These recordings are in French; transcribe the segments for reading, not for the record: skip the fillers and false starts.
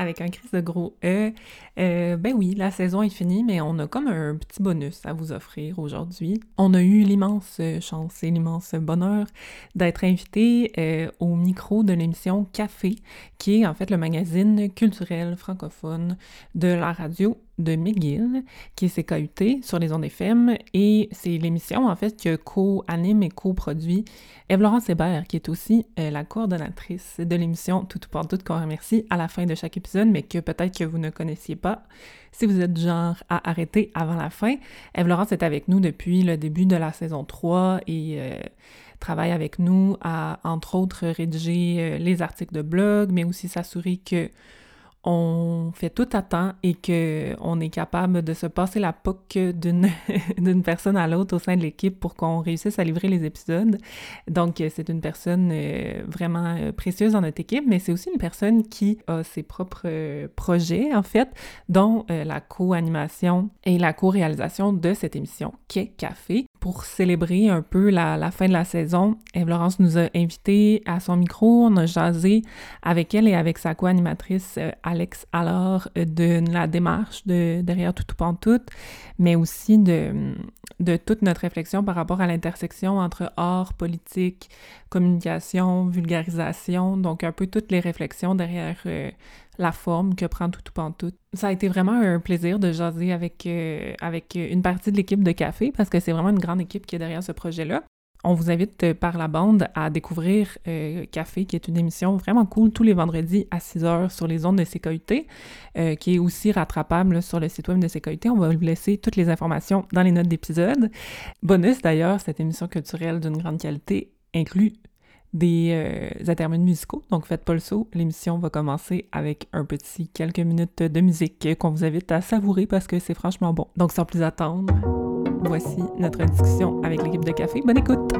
avec un crise de gros E. Ben oui, la saison est finie, mais on a comme un petit bonus à vous offrir aujourd'hui. On a eu l'immense chance et l'immense bonheur d'être invité au micro de l'émission Café, qui est en fait le magazine culturel francophone de la radio de McGill, qui est CKUT sur les ondes FM, et c'est l'émission en fait que co-anime et co-produit Ève-Laurence Hébert, qui est aussi la coordonnatrice de l'émission Toutou Pantoute, qu'on remercie à la fin de chaque épisode, mais que peut-être que vous ne connaissiez pas si vous êtes du genre à arrêter avant la fin. Ève-Laurence est avec nous depuis le début de la saison 3 et travaille avec nous à, entre autres, rédiger les articles de blog, mais aussi s'assurer que on fait tout à temps et qu'on est capable de se passer la POC d'une personne à l'autre au sein de l'équipe pour qu'on réussisse à livrer les épisodes. Donc, c'est une personne vraiment précieuse dans notre équipe, mais c'est aussi une personne qui a ses propres projets, en fait, dont la co-animation et la co-réalisation de cette émission qu'est Café. Pour célébrer un peu la fin de la saison, Ève-Laurence nous a invités à son micro, on a jasé avec elle et avec sa co-animatrice Alex Allard de la démarche derrière Toutou Pantoute, mais aussi de toute notre réflexion par rapport à l'intersection entre art, politique, communication, vulgarisation, donc un peu toutes les réflexions derrière la forme que prend Toutou Pantoute. Ça a été vraiment un plaisir de jaser avec une partie de l'équipe de Café, parce que c'est vraiment une grande équipe qui est derrière ce projet-là. On vous invite par la bande à découvrir Café, qui est une émission vraiment cool tous les vendredis à 6h sur les ondes de CKUT, qui est aussi rattrapable sur le site web de CKUT. On va vous laisser toutes les informations dans les notes d'épisode. Bonus d'ailleurs, cette émission culturelle d'une grande qualité inclut des intermèdes musicaux, donc faites pas le saut. L'émission va commencer avec quelques minutes de musique qu'on vous invite à savourer parce que c'est franchement bon. Donc sans plus attendre, voici notre discussion avec l'équipe de Café. Bonne écoute!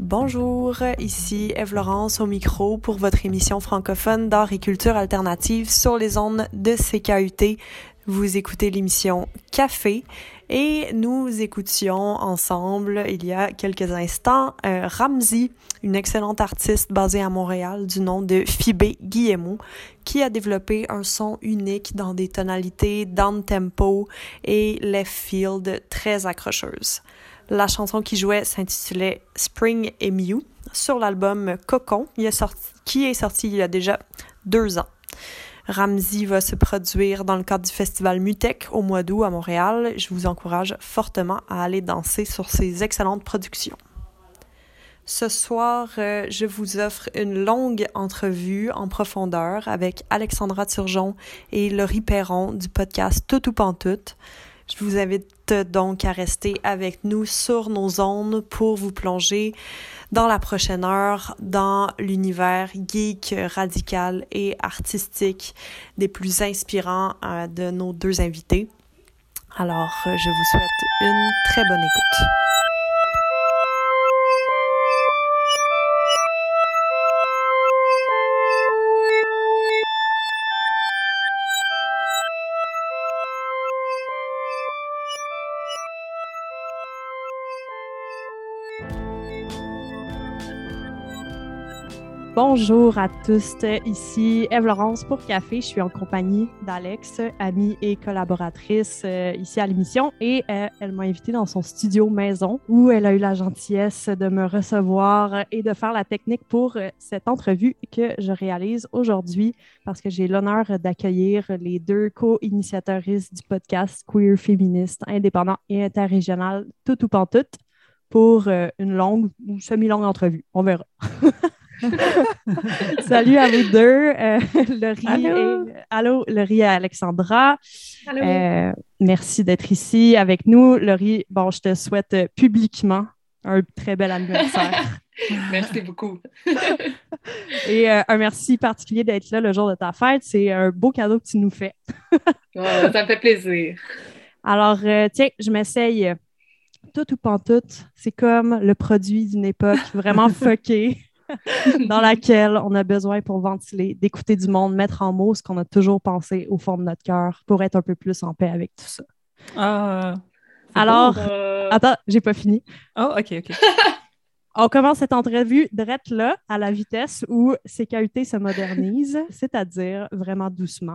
Bonjour, ici Eve Laurence au micro pour votre émission francophone d'art et culture alternative sur les ondes de CKUT. Vous écoutez l'émission Café et nous écoutions ensemble il y a quelques instants Ramzy, une excellente artiste basée à Montréal du nom de Phibé Guillemot, qui a développé un son unique dans des tonalités down-tempo et left field très accrocheuses. La chanson qui jouait s'intitulait Spring et Mew sur l'album Cocon, qui est sorti il y a déjà 2 ans. Ramzy va se produire dans le cadre du festival Mutec au mois d'août à Montréal. Je vous encourage fortement à aller danser sur ces excellentes productions. Ce soir, je vous offre une longue entrevue en profondeur avec Alexandra Turgeon et Laurie Perron du podcast Tout ou Pantoute. Je vous invite donc à rester avec nous sur nos ondes pour vous plonger dans la prochaine heure dans l'univers geek, radical et artistique des plus inspirants de nos 2 invités. Alors, je vous souhaite une très bonne écoute. Bonjour à tous, ici Eve Laurence pour Café. Je suis en compagnie d'Alex, amie et collaboratrice ici à l'émission, et elle m'a invitée dans son studio maison où elle a eu la gentillesse de me recevoir et de faire la technique pour cette entrevue que je réalise aujourd'hui parce que j'ai l'honneur d'accueillir les 2 co-initiatrices du podcast queer, féministe, indépendant et interrégional Tout ou Pantoute pour une longue ou semi-longue entrevue. On verra. Salut à vous 2, Laurie. Allô, Laurie et Alexandra. Allô. Merci d'être ici avec nous. Laurie, bon, je te souhaite publiquement un très bel anniversaire. Merci beaucoup. Et un merci particulier d'être là le jour de ta fête. C'est un beau cadeau que tu nous fais. Ça me fait plaisir. Alors, tiens, je m'essaye. Tout ou Pantoute, c'est comme le produit d'une époque vraiment fuckée. Dans laquelle on a besoin pour ventiler, d'écouter du monde, mettre en mots ce qu'on a toujours pensé au fond de notre cœur pour être un peu plus en paix avec tout ça. Alors, attends, j'ai pas fini. Oh, OK. On commence cette entrevue direct là, à la vitesse où CKUT se modernise, c'est-à-dire vraiment doucement.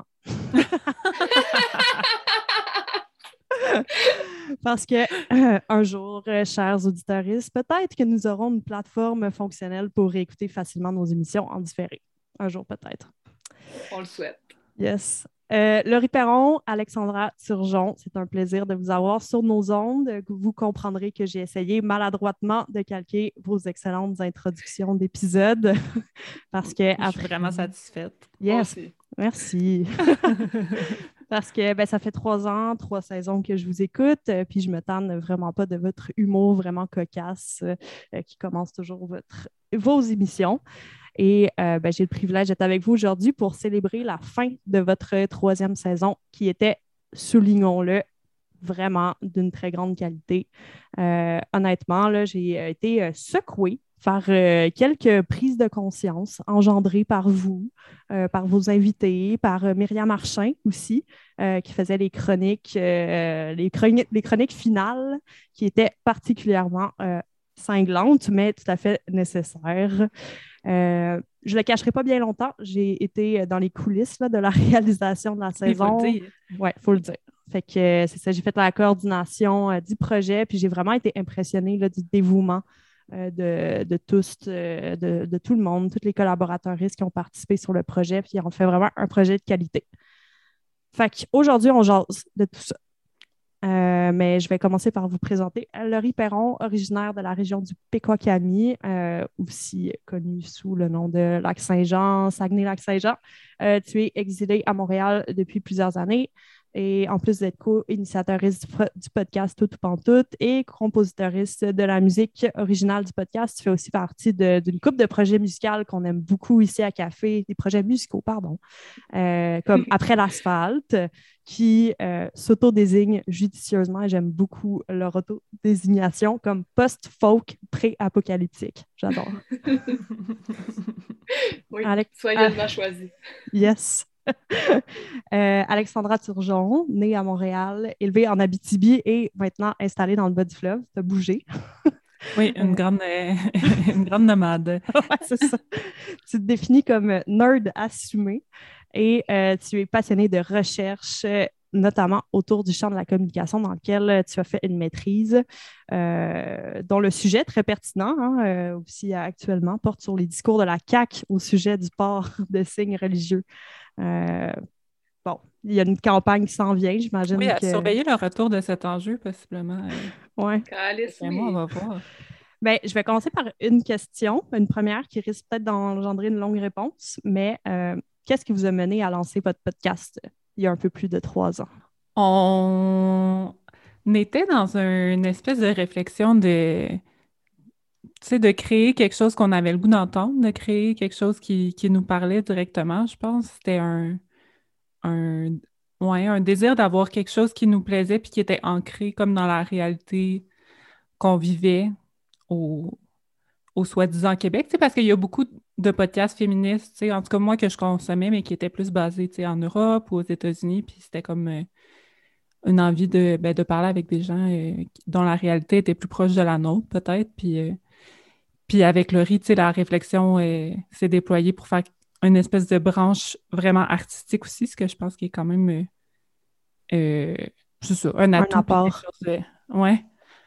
Parce que un jour, chers auditeurs, peut-être que nous aurons une plateforme fonctionnelle pour réécouter facilement nos émissions en différé. Un jour, peut-être. On le souhaite. Yes. Laurie Perron, Alexandra Turgeon, c'est un plaisir de vous avoir sur nos ondes. Vous comprendrez que j'ai essayé maladroitement de calquer vos excellentes introductions d'épisodes. Parce que je suis vraiment satisfaite. Yes. Merci. Parce que ça fait 3 ans, 3 saisons que je vous écoute, puis je me tanne vraiment pas de votre humour vraiment cocasse qui commence toujours vos émissions. Et j'ai le privilège d'être avec vous aujourd'hui pour célébrer la fin de votre 3e saison qui était, soulignons-le, vraiment d'une très grande qualité. Honnêtement, là, j'ai été secouée par quelques prises de conscience engendrées par vous, par vos invités, par Myriam Archin aussi, qui faisait les chroniques finales qui étaient particulièrement cinglantes, mais tout à fait nécessaires. Je ne le cacherai pas bien longtemps, j'ai été dans les coulisses là, de la réalisation de la saison. Il faut le dire. Oui, il faut le dire. Fait que c'est ça, j'ai fait la coordination du projet, puis j'ai vraiment été impressionnée là, du dévouement de tous, de tout le monde, tous les collaborateurs qui ont participé sur le projet, puis on fait vraiment un projet de qualité. Fait qu'aujourd'hui, on jase de tout ça. Mais je vais commencer par vous présenter Laurie Perron, originaire de la région du Péquawakami, aussi connue sous le nom de Lac-Saint-Jean, Saguenay-Lac-Saint-Jean. Tu es exilée à Montréal depuis plusieurs années et en plus d'être co-initiatrice du podcast Tout ou Pantoute et compositrice de la musique originale du podcast, tu fais aussi partie d'une couple de projets musicaux qu'on aime beaucoup ici à Café, des projets musicaux, pardon, comme Après l'asphalte, qui s'auto-désigne judicieusement, et j'aime beaucoup leur auto-désignation, comme post-folk pré-apocalyptique. J'adore. Oui, soigneusement choisi. Yes. Alexandra Turgeon, née à Montréal, élevée en Abitibi et maintenant installée dans le bas du fleuve. Tu as bougé. Oui, une grande nomade. Ouais, c'est ça. Tu te définis comme nerd assumé et tu es passionnée de recherche, notamment autour du champ de la communication dans lequel tu as fait une maîtrise, dont le sujet très pertinent aussi actuellement porte sur les discours de la CAQ au sujet du port de signes religieux. Bon, il y a une campagne qui s'en vient, j'imagine. Oui, à surveiller le retour de cet enjeu, possiblement. Oui. On va voir. Bien, je vais commencer par une question, une première qui risque peut-être d'engendrer une longue réponse, mais qu'est-ce qui vous a mené à lancer votre podcast il y a un peu plus de 3 ans? On était dans une espèce de réflexion de créer quelque chose qu'on avait le goût d'entendre, de créer quelque chose qui nous parlait directement, je pense. C'était un désir d'avoir quelque chose qui nous plaisait puis qui était ancré comme dans la réalité qu'on vivait au soi-disant Québec, parce qu'il y a beaucoup de podcasts féministes, en tout cas moi que je consommais, mais qui étaient plus basés en Europe ou aux États-Unis, puis c'était comme une envie de parler avec des gens dont la réalité était plus proche de la nôtre, peut-être, puis avec Laurie, la réflexion s'est déployée pour faire une espèce de branche vraiment artistique aussi, ce que je pense qui est quand même c'est ça, un atout. Un apport. Ouais.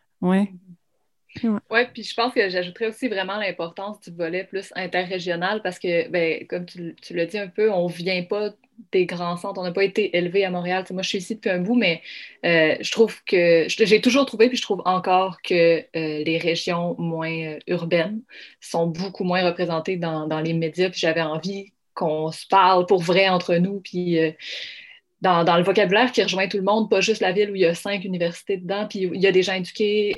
Oui, puis je pense que j'ajouterais aussi vraiment l'importance du volet plus interrégional parce que, ben, comme tu l'as dit un peu, on ne vient pas des grands centres, on n'a pas été élevé à Montréal. Moi, je suis ici depuis un bout, mais je trouve que j'ai toujours trouvé, puis je trouve encore que les régions moins urbaines sont beaucoup moins représentées dans les médias, puis j'avais envie qu'on se parle pour vrai entre nous, puis dans le vocabulaire qui rejoint tout le monde, pas juste la ville où il y a 5 universités dedans, puis il y a des gens éduqués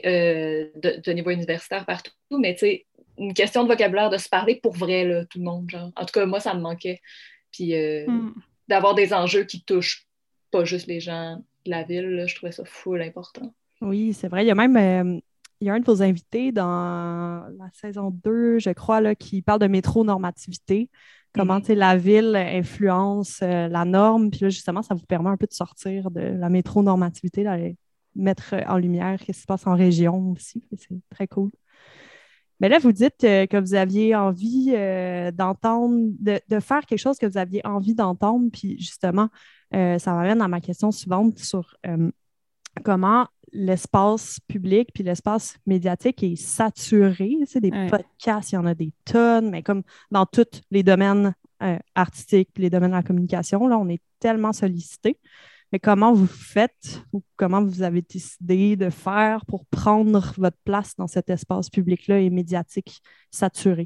de niveau universitaire partout, mais tu sais, une question de vocabulaire, de se parler pour vrai, là, tout le monde. Genre. En tout cas, moi, ça me manquait. Puis d'avoir des enjeux qui touchent pas juste les gens de la ville, là, je trouvais ça full important. Oui, c'est vrai. Il y a même il y a un de vos invités dans la saison 2, je crois, là, qui parle de métronormativité. Comment la ville influence la norme. Puis là, justement, ça vous permet un peu de sortir de la métronormativité, d'aller mettre en lumière ce qui se passe en région aussi. C'est très cool. Mais là, vous dites que vous aviez envie d'entendre, de faire quelque chose que vous aviez envie d'entendre. Puis justement, ça m'amène à ma question suivante sur comment l'espace public puis l'espace médiatique est saturé. C'est des podcasts, il y en a des tonnes, mais comme dans tous les domaines artistiques, les domaines de la communication, là, on est tellement sollicité. Mais comment vous faites ou comment vous avez décidé de faire pour prendre votre place dans cet espace public-là et médiatique saturé?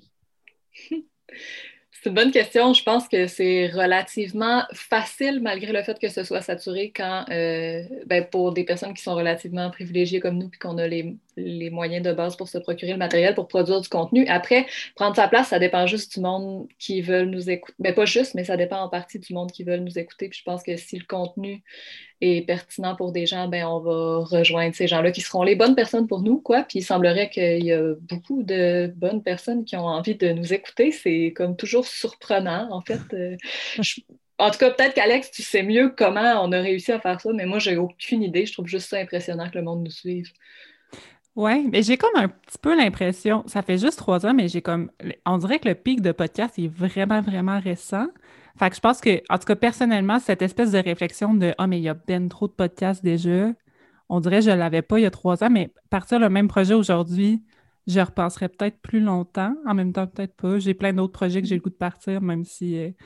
C'est une bonne question. Je pense que c'est relativement facile, malgré le fait que ce soit saturé, quand pour des personnes qui sont relativement privilégiées comme nous, puis qu'on a les moyens de base pour se procurer le matériel, pour produire du contenu. Après, prendre sa place, ça dépend juste du monde qui veulent nous écouter. Ben, pas juste, mais ça dépend en partie du monde qui veulent nous écouter. Puis je pense que si le contenu est pertinent pour des gens, ben on va rejoindre ces gens-là qui seront les bonnes personnes pour nous, quoi. Puis il semblerait qu'il y a beaucoup de bonnes personnes qui ont envie de nous écouter. C'est comme toujours surprenant, en fait. En tout cas, peut-être qu'Alex, tu sais mieux comment on a réussi à faire ça, mais moi, j'ai aucune idée. Je trouve juste ça impressionnant que le monde nous suive. Oui, mais j'ai comme un petit peu l'impression, ça fait juste 3 ans, mais on dirait que le pic de podcast est vraiment, vraiment récent. Fait que je pense que, en tout cas, personnellement, cette espèce de réflexion de « Ah, mais il y a bien trop de podcasts déjà », on dirait que je ne l'avais pas il y a 3 ans, mais partir le même projet aujourd'hui, je repenserais peut-être plus longtemps. En même temps, peut-être pas. J'ai plein d'autres projets que j'ai le goût de partir, même si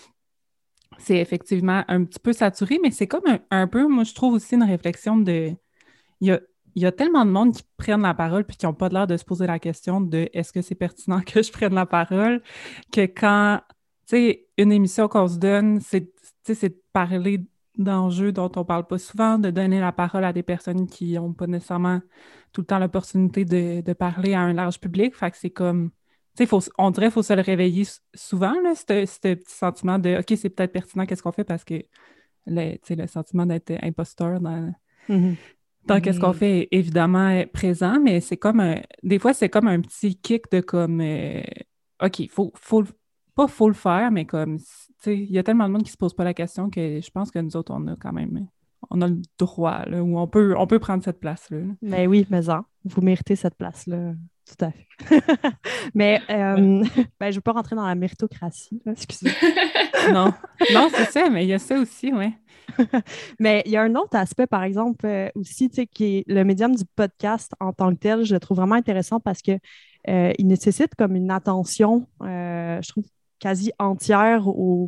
c'est effectivement un petit peu saturé, mais c'est comme un peu, moi, je trouve aussi une réflexion de... Il y a tellement de monde qui prennent la parole puis qui n'ont pas l'air de se poser la question de est-ce que c'est pertinent que je prenne la parole, que quand, tu sais, une émission qu'on se donne, c'est de parler d'enjeux dont on parle pas souvent, de donner la parole à des personnes qui n'ont pas nécessairement tout le temps l'opportunité de parler à un large public. Fait que c'est comme, tu sais, on dirait qu'il faut se le réveiller souvent, là, ce petit sentiment de, OK, c'est peut-être pertinent, qu'est-ce qu'on fait, parce que tu sais, le sentiment d'être imposteur dans qu'est-ce qu'on fait est évidemment présent, mais c'est comme des fois, c'est comme un petit kick de comme, OK, pas faut le faire, mais comme, tu sais, il y a tellement de monde qui se pose pas la question que je pense que nous autres, on a quand même, on a le droit, là, où on peut prendre cette place-là. Là. Mais oui, mais vous méritez cette place-là, tout à fait. Mais ben, je ne veux pas rentrer dans la méritocratie, là, excusez. Non, c'est ça, mais il y a ça aussi, oui. Mais il y a un autre aspect, par exemple, aussi, tu sais, qui est le médium du podcast en tant que tel. Je le trouve vraiment intéressant parce que il nécessite comme une attention, je trouve, quasi entière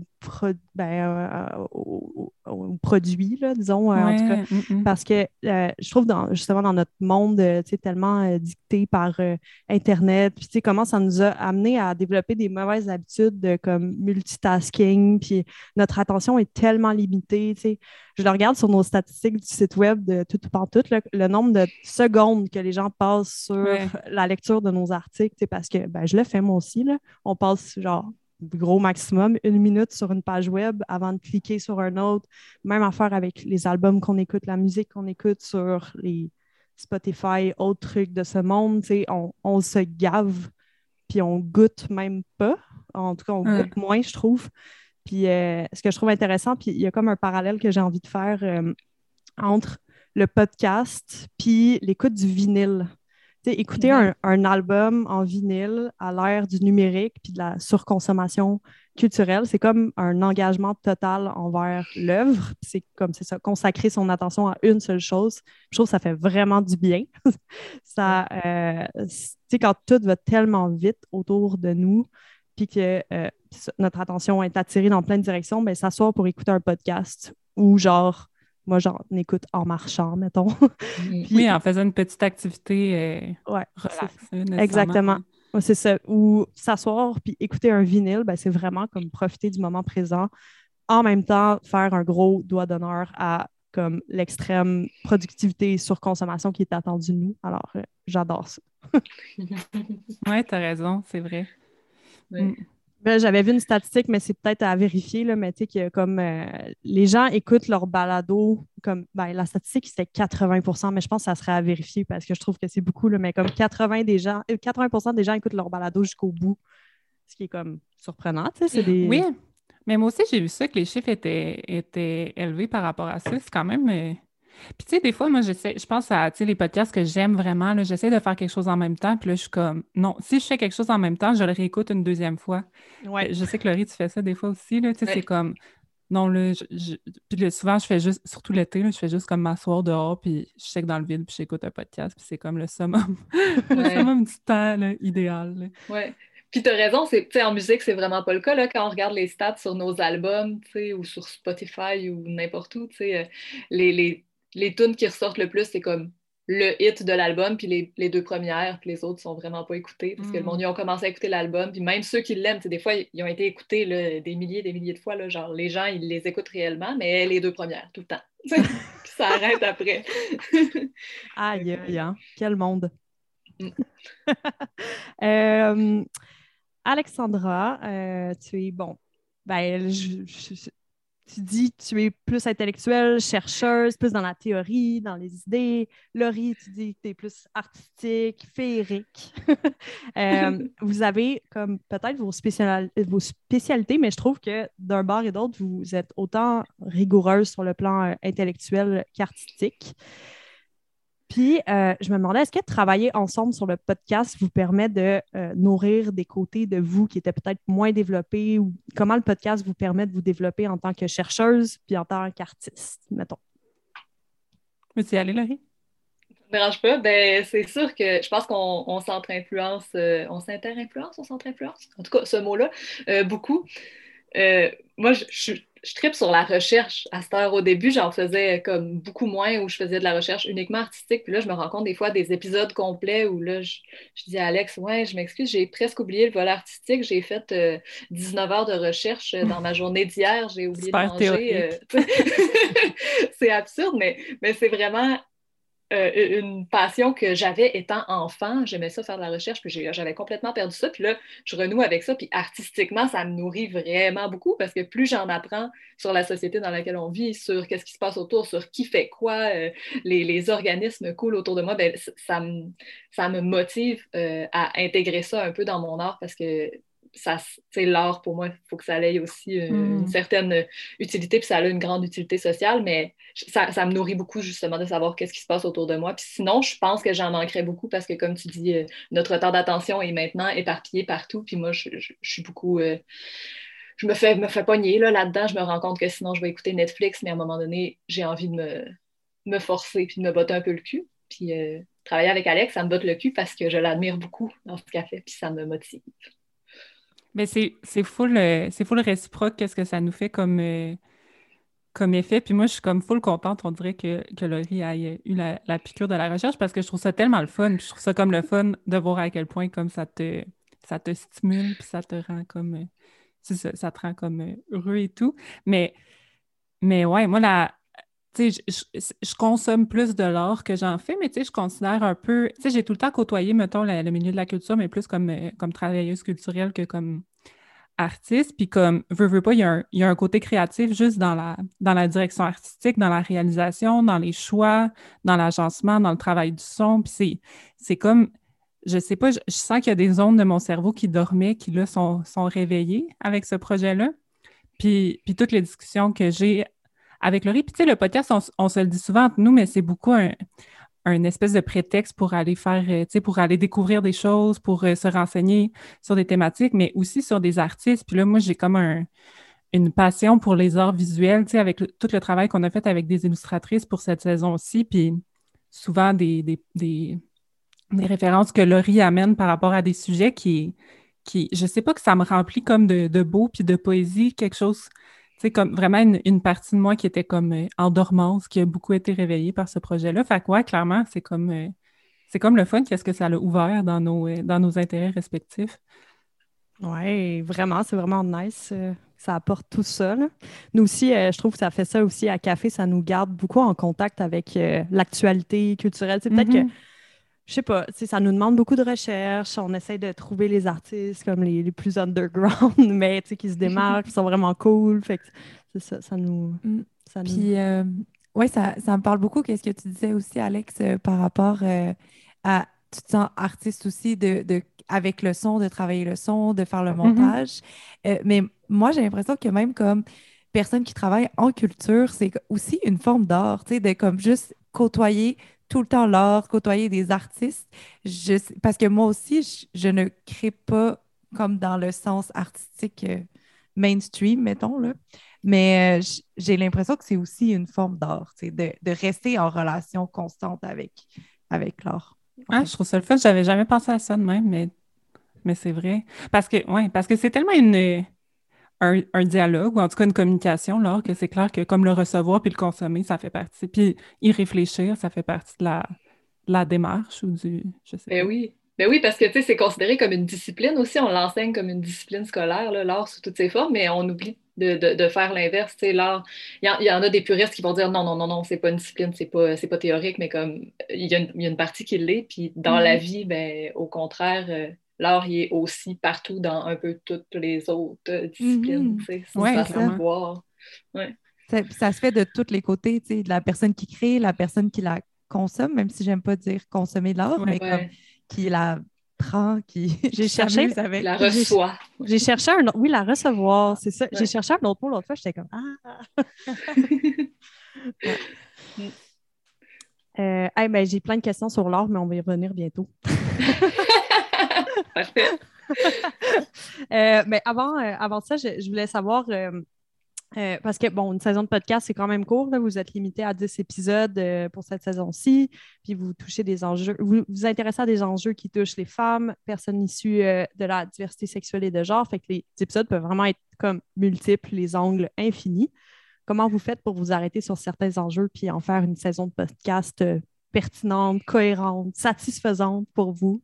au produit, là, disons, en tout cas. Parce que je trouve, justement, dans notre monde, tu sais, tellement dicté par Internet, puis tu sais, comment ça nous a amené à développer des mauvaises habitudes de comme multitasking, puis notre attention est tellement limitée, tu sais. Je le regarde sur nos statistiques du site web de Tout Pantoute, le nombre de secondes que les gens passent sur la lecture de nos articles, tu sais, parce que ben, je le fais moi aussi, là. On passe genre gros maximum 1 minute sur une page web avant de cliquer sur un autre. Même affaire avec les albums qu'on écoute, la musique qu'on écoute sur les Spotify, autres trucs de ce monde, tu sais, on se gave, puis on goûte même pas. En tout cas, on goûte moins, je trouve. Puis ce que je trouve intéressant, puis il y a comme un parallèle que j'ai envie de faire entre le podcast puis l'écoute du vinyle. T'sais, écouter un album en vinyle à l'ère du numérique puis de la surconsommation culturelle, c'est comme un engagement total envers l'œuvre. C'est comme c'est ça, consacrer son attention à une seule chose. Je trouve que ça fait vraiment du bien. Ça, quand tout va tellement vite autour de nous, puis que notre attention est attirée dans plein de directions, ben, s'asseoir pour écouter un podcast ou genre, moi, j'en écoute en marchant, mettons. Puis, oui, en faisant une petite activité relax. Exactement. Ouais, c'est ça. Ou s'asseoir puis écouter un vinyle, ben, c'est vraiment comme profiter du moment présent. En même temps, faire un gros doigt d'honneur à comme l'extrême productivité sur consommation qui est attendue de nous. Alors, j'adore ça. Oui, tu as raison, c'est vrai. Oui. Ben, j'avais vu une statistique, mais c'est peut-être à vérifier, là, mais tu sais que comme les gens écoutent leur balado, comme ben, la statistique c'était 80%, mais je pense que ça serait à vérifier parce que je trouve que c'est beaucoup, là, mais comme 80% des gens écoutent leur balado jusqu'au bout, ce qui est comme surprenant, tu sais, c'est des... Oui, mais moi aussi j'ai vu ça que les chiffres étaient élevés par rapport à ça, c'est quand même... Puis, tu sais, des fois, moi, je pense à, tu sais, les podcasts que j'aime vraiment, là, j'essaie de faire quelque chose en même temps, puis là, je suis comme, non, si je fais quelque chose en même temps, je le réécoute une deuxième fois. Ouais. Je sais que Laurie, tu fais ça des fois aussi, là, tu sais, c'est comme, non, là, puis là, souvent, je fais juste, surtout l'été, là, je fais juste comme m'asseoir dehors, puis je check dans le vide, puis j'écoute un podcast, puis c'est comme le summum, le summum du temps, là, idéal. Là. Ouais. Puis t'as raison, en musique, c'est vraiment pas le cas, là, quand on regarde les stats sur nos albums, ou sur Spotify ou n'importe où, les tunes qui ressortent le plus, c'est comme le hit de l'album, puis les deux premières, puis les autres sont vraiment pas écoutées, parce que le monde, ils ont commencé à écouter l'album, puis même ceux qui l'aiment, des fois, ils ont été écoutés là, des milliers de fois, là, genre, les gens, ils les écoutent réellement, mais les deux premières, tout le temps. Puis ça arrête après. Aïe, aïe, hein? Quel monde! Alexandra, tu es, bon, ben, tu dis que tu es plus intellectuelle, chercheuse, plus dans la théorie, dans les idées. Laurie, tu dis que tu es plus artistique, féerique. Vous avez comme peut-être vos spécialités, mais je trouve que d'un bord et d'autre, vous êtes autant rigoureuse sur le plan intellectuel qu'artistique. Puis, je me demandais, est-ce que travailler ensemble sur le podcast vous permet de nourrir des côtés de vous qui étaient peut-être moins développés ou comment le podcast vous permet de vous développer en tant que chercheuse puis en tant qu'artiste, mettons? Veux-tu y aller, Laurie? Ça me dérange pas. Ben, c'est sûr que je pense qu'on s'inter-influence, on s'inter-influence, on s'entre-influence, en tout cas, ce mot-là, beaucoup. Moi, je suis je tripe sur la recherche à cette heure. Au début, j'en faisais comme beaucoup moins où je faisais de la recherche uniquement artistique. Puis là, je me rends compte des fois des épisodes complets où là, je dis à Alex, ouais, je m'excuse, j'ai presque oublié le volet artistique. J'ai fait 19 heures de recherche dans ma journée d'hier. J'ai oublié de Super manger. C'est absurde, mais c'est vraiment une passion que j'avais étant enfant. J'aimais ça faire de la recherche, puis j'avais complètement perdu ça. Puis là, je renoue avec ça, puis artistiquement, ça me nourrit vraiment beaucoup parce que plus j'en apprends sur la société dans laquelle on vit, sur qu'est-ce qui se passe autour, sur qui fait quoi, les organismes cool autour de moi, ben, ça me motive à intégrer ça un peu dans mon art parce que l'art, pour moi, il faut que ça ait aussi une certaine utilité, puis ça a une grande utilité sociale, mais ça me nourrit beaucoup, justement, de savoir qu'est-ce qui se passe autour de moi. Puis sinon, je pense que j'en manquerais beaucoup parce que, comme tu dis, notre temps d'attention est maintenant éparpillé partout, puis moi, je suis beaucoup... je me fais pogner là-dedans, je me rends compte que sinon, je vais écouter Netflix, mais à un moment donné, j'ai envie de me forcer, puis de me botter un peu le cul. Puis travailler avec Alex, ça me botte le cul parce que je l'admire beaucoup dans ce qu'elle fait, puis ça me motive. Mais c'est full réciproque, qu'est-ce que ça nous fait comme effet. Puis moi, je suis comme full contente, on dirait que Laurie ait eu la piqûre de la recherche parce que je trouve ça tellement le fun. Puis je trouve ça comme le fun de voir à quel point comme ça te stimule, puis ça te rend comme... ça te rend comme heureux et tout. Mais ouais, moi, tu sais, je consomme plus de l'art que j'en fais, mais tu sais, je considère un peu... Tu sais, j'ai tout le temps côtoyé, mettons, le milieu de la culture, mais plus comme travailleuse culturelle que comme artiste. Puis comme, veux pas, il y a un côté créatif juste dans la direction artistique, dans la réalisation, dans les choix, dans l'agencement, dans le travail du son. Puis c'est comme... Je sais pas, je sens qu'il y a des zones de mon cerveau qui dormaient, qui là sont réveillées avec ce projet-là. Puis toutes les discussions que j'ai avec Laurie. Puis tu sais, le podcast, on se le dit souvent entre nous, mais c'est beaucoup un espèce de prétexte pour aller faire, tu sais, pour aller découvrir des choses, pour se renseigner sur des thématiques, mais aussi sur des artistes. Puis là, moi, j'ai comme une passion pour les arts visuels, tu sais, avec tout le travail qu'on a fait avec des illustratrices pour cette saison-ci, puis souvent des références que Laurie amène par rapport à des sujets je sais pas, que ça me remplit comme de beau puis de poésie, quelque chose, tu sais, comme vraiment une partie de moi qui était comme en dormance, qui a beaucoup été réveillée par ce projet-là. Fait que ouais, clairement, c'est comme le fun, qu'est-ce que ça l'a ouvert dans nos intérêts respectifs. Oui, vraiment, c'est vraiment nice. Ça apporte tout ça, là. Nous aussi, je trouve que ça fait ça aussi à Café, ça nous garde beaucoup en contact avec l'actualité culturelle. C'est peut-être que je sais pas, ça nous demande beaucoup de recherche. On essaie de trouver les artistes comme les plus underground, mais qui se démarquent, qui sont vraiment cool. Fait que c'est ça, ça nous... Puis, oui, ça me parle beaucoup. Qu'est-ce que tu disais aussi, Alex, par rapport à... Tu te sens artiste aussi avec le son, de travailler le son, de faire le montage. Mais moi, j'ai l'impression que même comme personne qui travaille en culture, c'est aussi une forme d'art, tu sais, de comme juste côtoyer tout le temps l'art, côtoyer des artistes. Parce que moi aussi, je ne crée pas comme dans le sens artistique mainstream, mettons, là. Mais j'ai l'impression que c'est aussi une forme d'art, de rester en relation constante avec l'art. Ah, je trouve ça le fun. J'avais jamais pensé à ça de même, mais c'est vrai. Parce que c'est tellement un dialogue, ou en tout cas une communication, l'art, que c'est clair que comme le recevoir puis le consommer, ça fait partie. Puis y réfléchir, ça fait partie de la démarche ou je sais pas. Oui. Ben oui, parce que tu sais, c'est considéré comme une discipline aussi. On l'enseigne comme une discipline scolaire, là, l'art sous toutes ses formes, mais on oublie de faire l'inverse. Tu sais, l'art, il y en a des puristes qui vont dire non, non, non, non, c'est pas une discipline, c'est pas théorique, mais comme il y a une partie qui l'est. Puis dans la vie, ben, au contraire, l'art, il est aussi partout dans un peu toutes les autres disciplines. Tu sais, c'est une façon de voir. Ouais. Ça se fait de tous les côtés, tu sais, de la personne qui crée, la personne qui la consomme, même si j'aime pas dire consommer de l'art, mais comme qui la prend, qui j'ai cherché avec. La reçoit. J'ai cherché oui, la recevoir, c'est ça. Ouais. J'ai cherché un autre mot l'autre fois, j'étais comme ben, j'ai plein de questions sur l'art, mais on va y revenir bientôt. Parfait. Mais avant ça, je voulais savoir Parce que, bon, une saison de podcast, c'est quand même court, là. Vous êtes limité à 10 épisodes pour cette saison-ci, puis vous touchez des enjeux, vous vous intéressez à des enjeux qui touchent les femmes, personnes issues de la diversité sexuelle et de genre, fait que les épisodes peuvent vraiment être comme multiples, les angles infinis. Comment vous faites pour vous arrêter sur certains enjeux puis en faire une saison de podcast pertinente, cohérente, satisfaisante pour vous?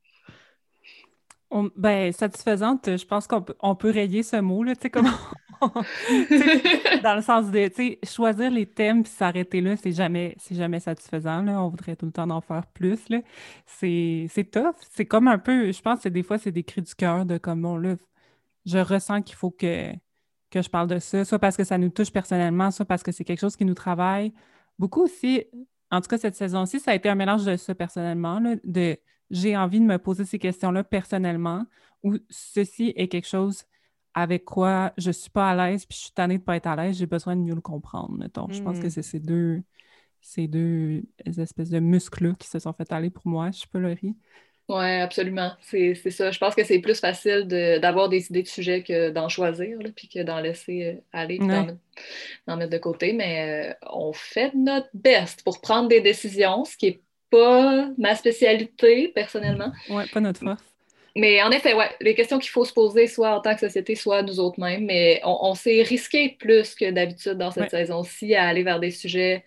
Satisfaisante, je pense on peut rayer ce mot, là, tu sais, comme tu sais, dans le sens de, tu sais, choisir les thèmes puis s'arrêter là, c'est jamais satisfaisant, là. On voudrait tout le temps en faire plus, là. C'est tough. C'est comme un peu, je pense que des fois, c'est des cris du cœur de comme, bon, là, je ressens qu'il faut que je parle de ça, soit parce que ça nous touche personnellement, soit parce que c'est quelque chose qui nous travaille. Beaucoup aussi, en tout cas, cette saison-ci, ça a été un mélange de ça personnellement, là, de j'ai envie de me poser ces questions-là personnellement, ou ceci est quelque chose avec quoi je suis pas à l'aise, puis je suis tannée de pas être à l'aise, j'ai besoin de mieux le comprendre, mettons. Je pense que c'est ces deux espèces de muscles-là qui se sont fait aller pour moi. Je suis pas Laurie. Oui, absolument. C'est ça. Je pense que c'est plus facile d'avoir des idées de sujets que d'en choisir, là, puis que d'en laisser aller, puis Ouais. d'en mettre de côté. Mais on fait notre best pour prendre des décisions, ce qui n'est pas ma spécialité, personnellement. Ouais, pas notre force. Mais en effet, ouais, les questions qu'il faut se poser, soit en tant que société, soit nous autres mêmes. Mais on s'est risqué plus que d'habitude dans cette saison-ci à aller vers des sujets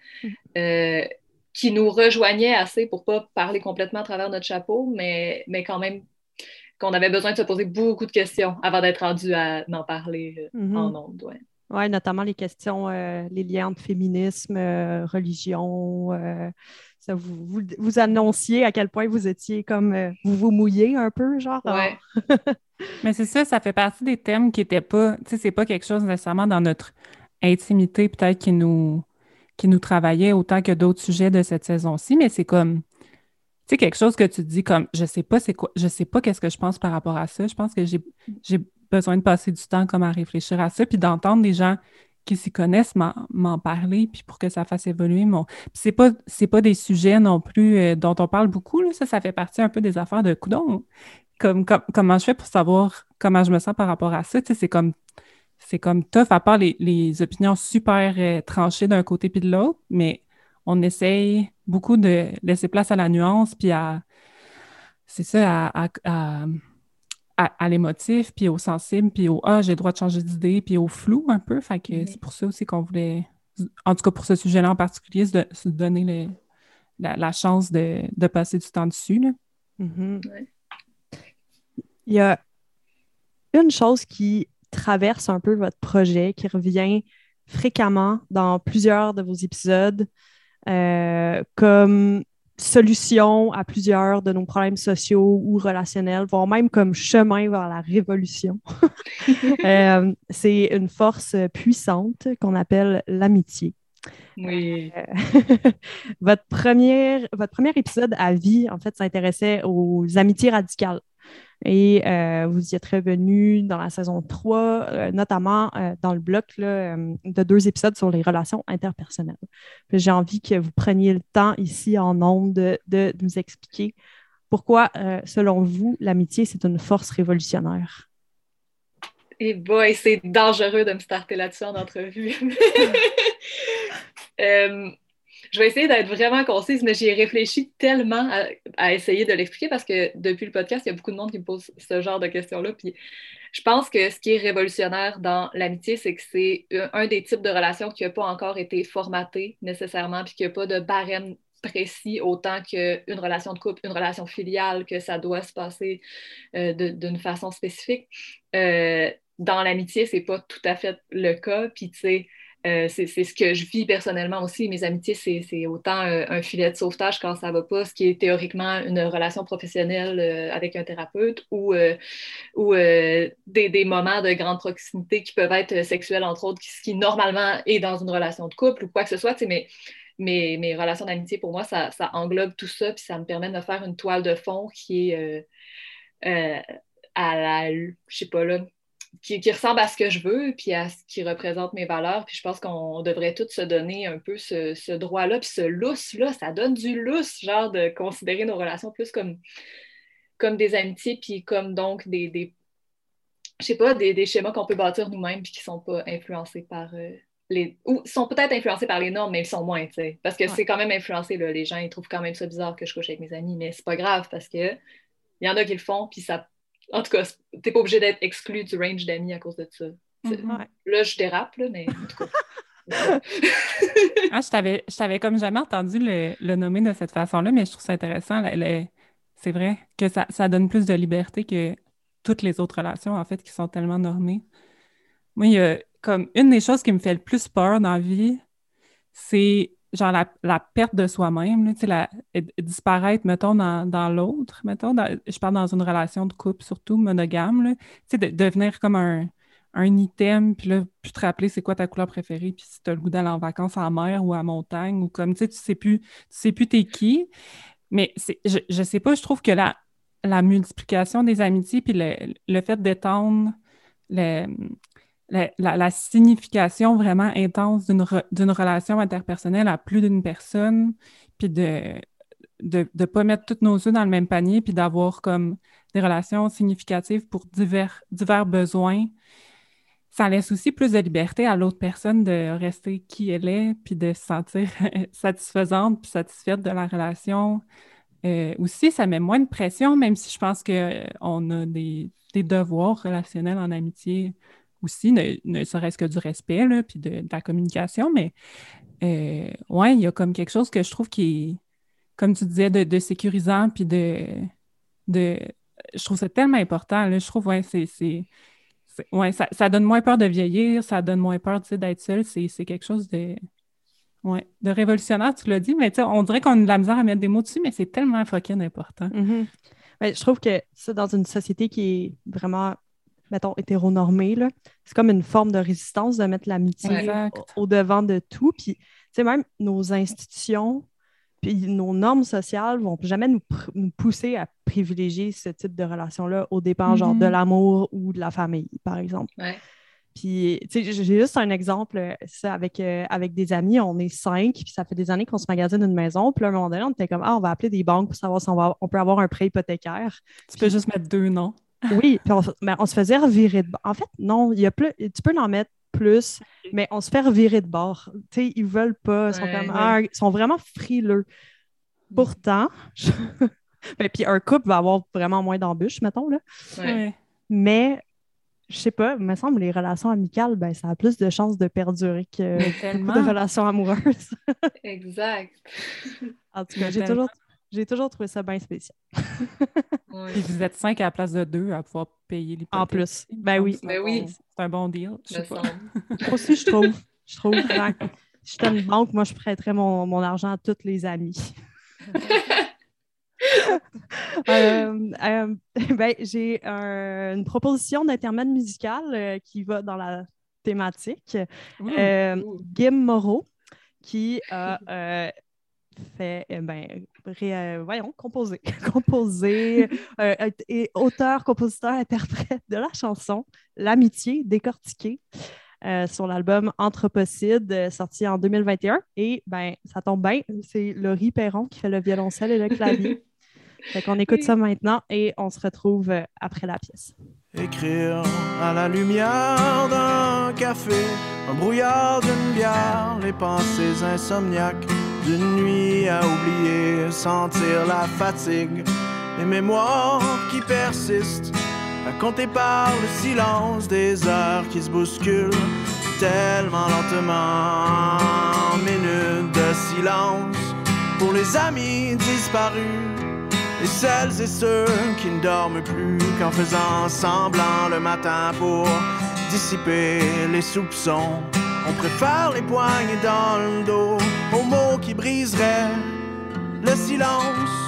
qui nous rejoignaient assez pour pas parler complètement à travers notre chapeau, mais quand même qu'on avait besoin de se poser beaucoup de questions avant d'être rendu à en parler en ondes. Ouais. Oui, notamment les questions, les liens entre féminisme, religion. Ça, vous annonciez à quel point vous étiez comme, vous vous mouillez un peu, genre. Ouais. Mais c'est ça fait partie des thèmes qui étaient pas, tu sais, c'est pas quelque chose nécessairement dans notre intimité peut-être qui nous travaillait autant que d'autres sujets de cette saison-ci, mais c'est comme, tu sais, quelque chose que tu te dis comme, je sais pas c'est quoi, je sais pas qu'est-ce que je pense par rapport à ça. Je pense que j'ai besoin de passer du temps comme à réfléchir à ça, puis d'entendre des gens qui s'y connaissent m'en parler, puis pour que ça fasse évoluer mon... Puis c'est pas des sujets non plus dont on parle beaucoup, là. Ça fait partie un peu des affaires de coudon. Comment je fais pour savoir comment je me sens par rapport à ça, tu sais, c'est comme tough, à part les opinions super tranchées d'un côté puis de l'autre, mais on essaye beaucoup de laisser place à la nuance, puis c'est ça, à l'émotif, puis au sensible, puis au « ah, j'ai le droit de changer d'idée », puis au flou un peu. Fait que c'est pour ça aussi qu'on voulait, en tout cas pour ce sujet-là en particulier, se donner la chance de passer du temps dessus, là. Ouais. Il y a une chose qui traverse un peu votre projet, qui revient fréquemment dans plusieurs de vos épisodes, comme solution à plusieurs de nos problèmes sociaux ou relationnels, voire même comme chemin vers la révolution. C'est une force puissante qu'on appelle l'amitié. Oui. Votre premier épisode à vie, en fait, s'intéressait aux amitiés radicales. Et vous y êtes revenu dans la saison 3, notamment dans le bloc là, de 2 épisodes sur les relations interpersonnelles. Puis j'ai envie que vous preniez le temps ici en ondes de nous expliquer pourquoi, selon vous, l'amitié, c'est une force révolutionnaire. Et boy, c'est dangereux de me starter là-dessus en entrevue. Je vais essayer d'être vraiment concise, mais j'y ai réfléchi tellement à essayer de l'expliquer parce que depuis le podcast, il y a beaucoup de monde qui me pose ce genre de questions-là. Puis je pense que ce qui est révolutionnaire dans l'amitié, c'est que c'est un des types de relations qui n'a pas encore été formaté nécessairement, puis qu'il n'y a pas de barème précis autant qu'une relation de couple, une relation filiale, que ça doit se passer d'une façon spécifique. Dans l'amitié, c'est pas tout à fait le cas. Puis tu sais, c'est ce que je vis personnellement aussi. Mes amitiés, c'est autant un filet de sauvetage quand ça va pas, ce qui est théoriquement une relation professionnelle avec un thérapeute ou des moments de grande proximité qui peuvent être sexuels, entre autres, ce qui normalement est dans une relation de couple ou quoi que ce soit. Mais mes relations d'amitié, pour moi, ça englobe tout ça, puis ça me permet de me faire une toile de fond qui est à la, je sais pas là, qui ressemble à ce que je veux, puis à ce qui représente mes valeurs. Puis je pense qu'on devrait tous se donner un peu ce droit-là, puis ce lousse-là. Ça donne du lousse, genre de considérer nos relations plus comme des amitiés, puis comme donc je sais pas, des schémas qu'on peut bâtir nous-mêmes, puis qui sont pas influencés par ou sont peut-être influencés par les normes, mais ils sont moins, tu sais. Parce que c'est quand même influencé, là. Les gens, ils trouvent quand même ça bizarre que je couche avec mes amis, mais c'est pas grave parce que il y en a qui le font, puis ça... En tout cas, t'es pas obligé d'être exclu du range d'amis à cause de ça. Là, je dérape, là, mais en tout cas... Je t'avais comme jamais entendu le nommer de cette façon-là, mais je trouve ça intéressant. C'est vrai que ça donne plus de liberté que toutes les autres relations, en fait, qui sont tellement normées. Moi, il y a comme une des choses qui me fait le plus peur dans la vie, c'est genre la perte de soi-même, là, tu sais, disparaître, mettons, dans l'autre, mettons, je parle dans une relation de couple, surtout monogame, là, tu sais, de devenir comme un item, puis là, plus te rappeler c'est quoi ta couleur préférée, puis si tu as le goût d'aller en vacances en mer ou à montagne, ou comme, tu sais, tu sais plus t'es qui. Mais je sais pas, je trouve que la multiplication des amitiés, puis le fait d'étendre la signification vraiment intense d'une relation interpersonnelle à plus d'une personne, puis de pas mettre toutes nos œufs dans le même panier, puis d'avoir comme des relations significatives pour divers besoins, ça laisse aussi plus de liberté à l'autre personne de rester qui elle est, puis de se sentir satisfaisante puis satisfaite de la relation. Aussi, ça met moins de pression, même si je pense qu'on a des devoirs relationnels en amitié aussi, ne serait-ce que du respect, là, puis de la communication, mais ouais, il y a comme quelque chose que je trouve qui est, comme tu disais, de sécurisant, puis je trouve ça tellement important, là, je trouve, ouais, ouais, ça donne moins peur de vieillir, ça donne moins peur, tu sais, d'être seul, c'est quelque chose de révolutionnaire, tu l'as dit, mais tu sais, on dirait qu'on a de la misère à mettre des mots dessus, mais c'est tellement fucking important. Mm-hmm. Ben, je trouve que ça, dans une société qui est vraiment, mettons, hétéronormée, là, c'est comme une forme de résistance de mettre l'amitié au devant de tout. Puis, tu sais, même nos institutions puis nos normes sociales vont jamais nous pousser à privilégier ce type de relation-là au dépens, genre, de l'amour ou de la famille, par exemple. Ouais. Puis, tu sais, j'ai juste un exemple, ça, avec des amis, on est 5, puis ça fait des années qu'on se magasine une maison, puis à un moment donné, on était comme, on va appeler des banques pour savoir si on peut avoir un prêt hypothécaire. Tu peux juste mettre 2 noms. Oui, puis on se faisait revirer de bord. En fait, non, il y a plus, tu peux en mettre plus, mais on se fait revirer de bord. Tu sais, ils veulent pas, ils sont vraiment frileux. Pourtant, puis un couple va avoir vraiment moins d'embûches, mettons, là. Ouais. Mais je sais pas, il me semble que les relations amicales, ben, ça a plus de chances de perdurer que beaucoup de relations amoureuses. Exact. En tout cas, j'ai toujours trouvé ça bien spécial. Et vous êtes 5 à la place de 2 à pouvoir payer l'hypothèque. En plus. Ben oui. C'est un bon deal. Je sais pas. Moi aussi, je trouve. Si j'étais une banque, moi, je prêterais mon argent à tous les amis. J'ai une proposition d'intermède musical qui va dans la thématique. Gim Moreau, qui a fait, composé, et auteur, compositeur, interprète de la chanson L'amitié décortiquée sur l'album Anthropocide, sorti en 2021. Et ben, ça tombe bien, c'est Laurie Perron qui fait le violoncelle et le clavier. Fait qu'on écoute ça maintenant et on se retrouve après la pièce. Écrire à la lumière d'un café, un brouillard d'une bière, les pensées insomniaques d'une nuit à oublier, sentir la fatigue, les mémoires qui persistent, racontées par le silence des heures qui se bousculent tellement lentement. Minutes de silence pour les amis disparus et celles et ceux qui ne dorment plus qu'en faisant semblant le matin pour dissiper les soupçons. On préfère les poignées dans le dos aux mots qui briseraient le silence.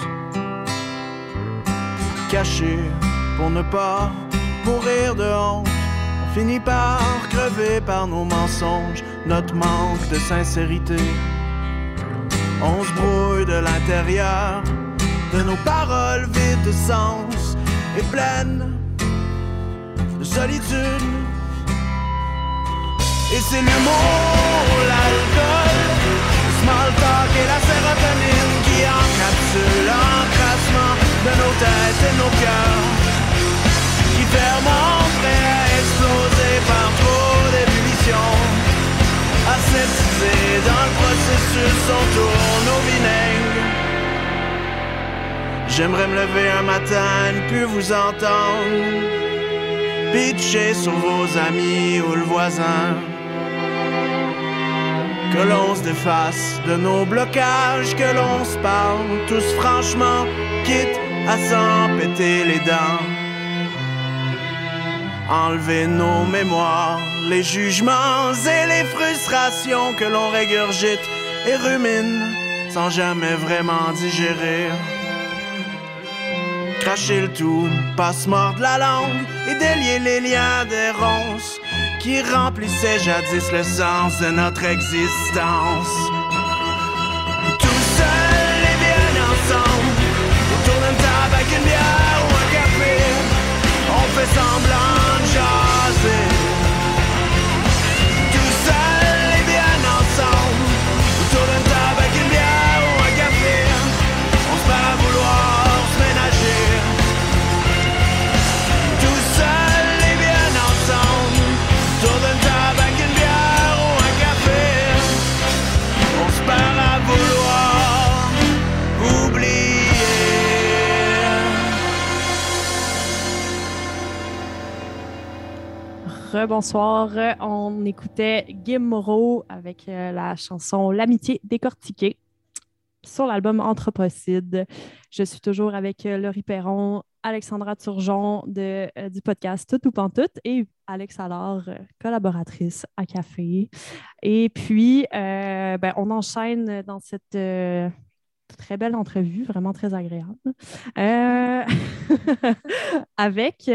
Caché pour ne pas mourir de honte, on finit par crever par nos mensonges, notre manque de sincérité. On se brouille de l'intérieur de nos paroles vides de sens et pleines de solitude. Et c'est l'humour, l'alcool, le small talk et la sérotonine qui encapsulent l'encrassement de nos têtes et nos cœurs, qui ferment prêts à exploser par trop d'ébullition, J'aimerais me lever un matin et ne plus vous entendre pitcher sur vos amis ou le voisin. Que l'on se déface de nos blocages, que l'on se parle tous franchement, quitte à s'en péter les dents. Enlever nos mémoires, les jugements et les frustrations que l'on régurgite et rumine sans jamais vraiment digérer. Cracher le tout, pas se mordre la langue et délier les liens des ronces qui remplissaient jadis le sens de notre existence. Tout seul et bien ensemble, autour d'une table avec une bière ou un café, on fait semblant de jaser. Tout seul et bien ensemble, autour d'une table avec une bière ou un café, on se met à vouloir se ménager. Tout seul et bien ensemble, autour d'une table avec une bière ou un café, on se perd à vouloir oublier. Rebonsoir, on écoutait Guim Moreau avec la chanson L'amitié décortiquée sur l'album Anthropocide. Je suis toujours avec Laurie Perron, Alexandra Turgeon du podcast Tout ou Pantoute et Alex Allard, collaboratrice à Café. Et puis, on enchaîne dans cette très belle entrevue, vraiment très agréable, avec